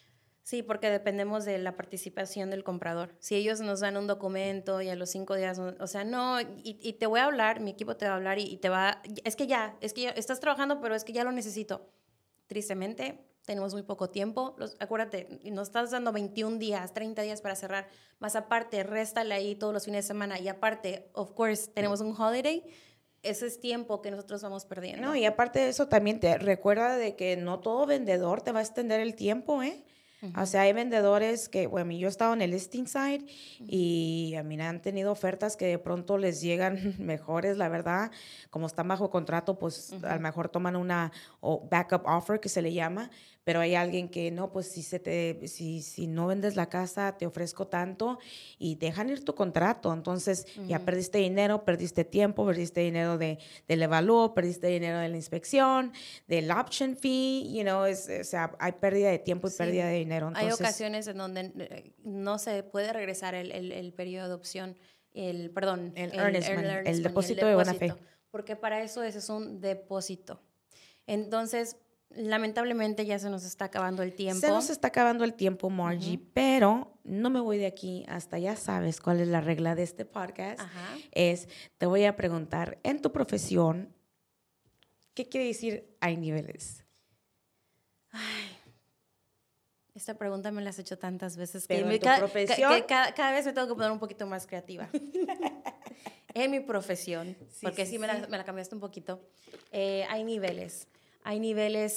Sí, porque dependemos de la participación del comprador. Si ellos nos dan un documento y a los 5 días, o sea, no, y te voy a hablar, mi equipo te va a hablar y te va, es que ya estás trabajando, pero es que ya lo necesito. Tristemente, tenemos muy poco tiempo. Acuérdate, nos estás dando 21 días, 30 días para cerrar, más aparte, réstale ahí todos los fines de semana y aparte, of course, tenemos un holiday. Ese es tiempo que nosotros vamos perdiendo. No, y aparte de eso, también te recuerda de que no todo vendedor te va a extender el tiempo, ¿eh? O sea, hay vendedores que, bueno, yo he estado en el listing side y a mí han tenido ofertas que de pronto les llegan mejores, la verdad. Como están bajo contrato, pues a lo mejor toman una backup offer que se le llama, pero hay alguien que no, pues si no vendes la casa, te ofrezco tanto y dejan ir tu contrato. Entonces ya perdiste dinero, perdiste tiempo, perdiste dinero del evalúo, perdiste dinero de la inspección, del option fee, o sea, hay pérdida de tiempo y pérdida de dinero. Entonces, hay ocasiones en donde no se puede regresar el periodo de opción, el depósito de buena fe. Porque para eso ese es un depósito. Entonces, lamentablemente ya se nos está acabando el tiempo. Se nos está acabando el tiempo, Margie, pero no me voy de aquí hasta ya sabes cuál es la regla de este podcast. Te voy a preguntar, en tu profesión, ¿qué quiere decir hay niveles? Ay, esta pregunta me la has hecho tantas veces que cada vez me tengo que poner un poquito más creativa. En mi profesión, porque me la cambiaste un poquito, hay niveles. Hay niveles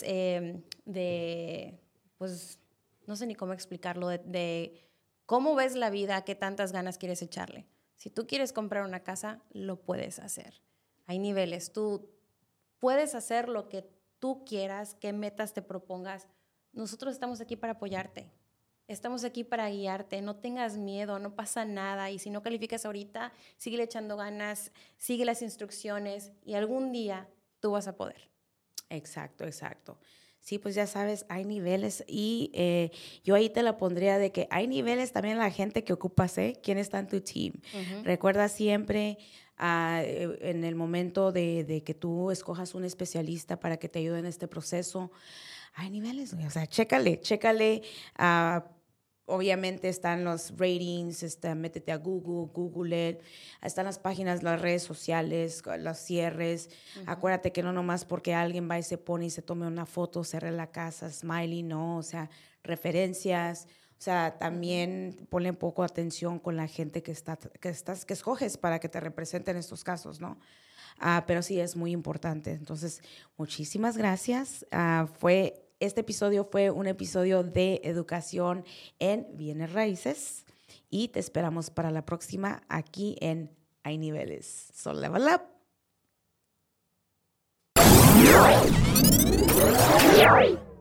pues, no sé ni cómo explicarlo, de cómo ves la vida, qué tantas ganas quieres echarle. Si tú quieres comprar una casa, lo puedes hacer. Hay niveles. Tú puedes hacer lo que tú quieras, qué metas te propongas. Nosotros estamos aquí para apoyarte. Estamos aquí para guiarte. No tengas miedo, no pasa nada. Y si no calificas ahorita, sigue echando ganas, sigue las instrucciones y algún día tú vas a poder. Exacto. Sí, pues ya sabes, hay niveles y yo ahí te la pondría de que hay niveles también la gente que ocupas, quién está en tu team. Recuerda siempre en el momento de que tú escojas un especialista para que te ayude en este proceso, hay niveles, o sea, chécale. Obviamente están los ratings, métete a Google it, están las páginas, las redes sociales, los cierres. Acuérdate que no nomás porque alguien va y se pone y se tome una foto, cierre la casa, smiley, no, o sea, referencias. O sea, también ponle un poco atención con la gente que escoges para que te representen estos casos, ¿no? Pero sí es muy importante. Entonces, muchísimas gracias. Este episodio fue un episodio de educación en bienes raíces y te esperamos para la próxima aquí en Hay Niveles. So level up.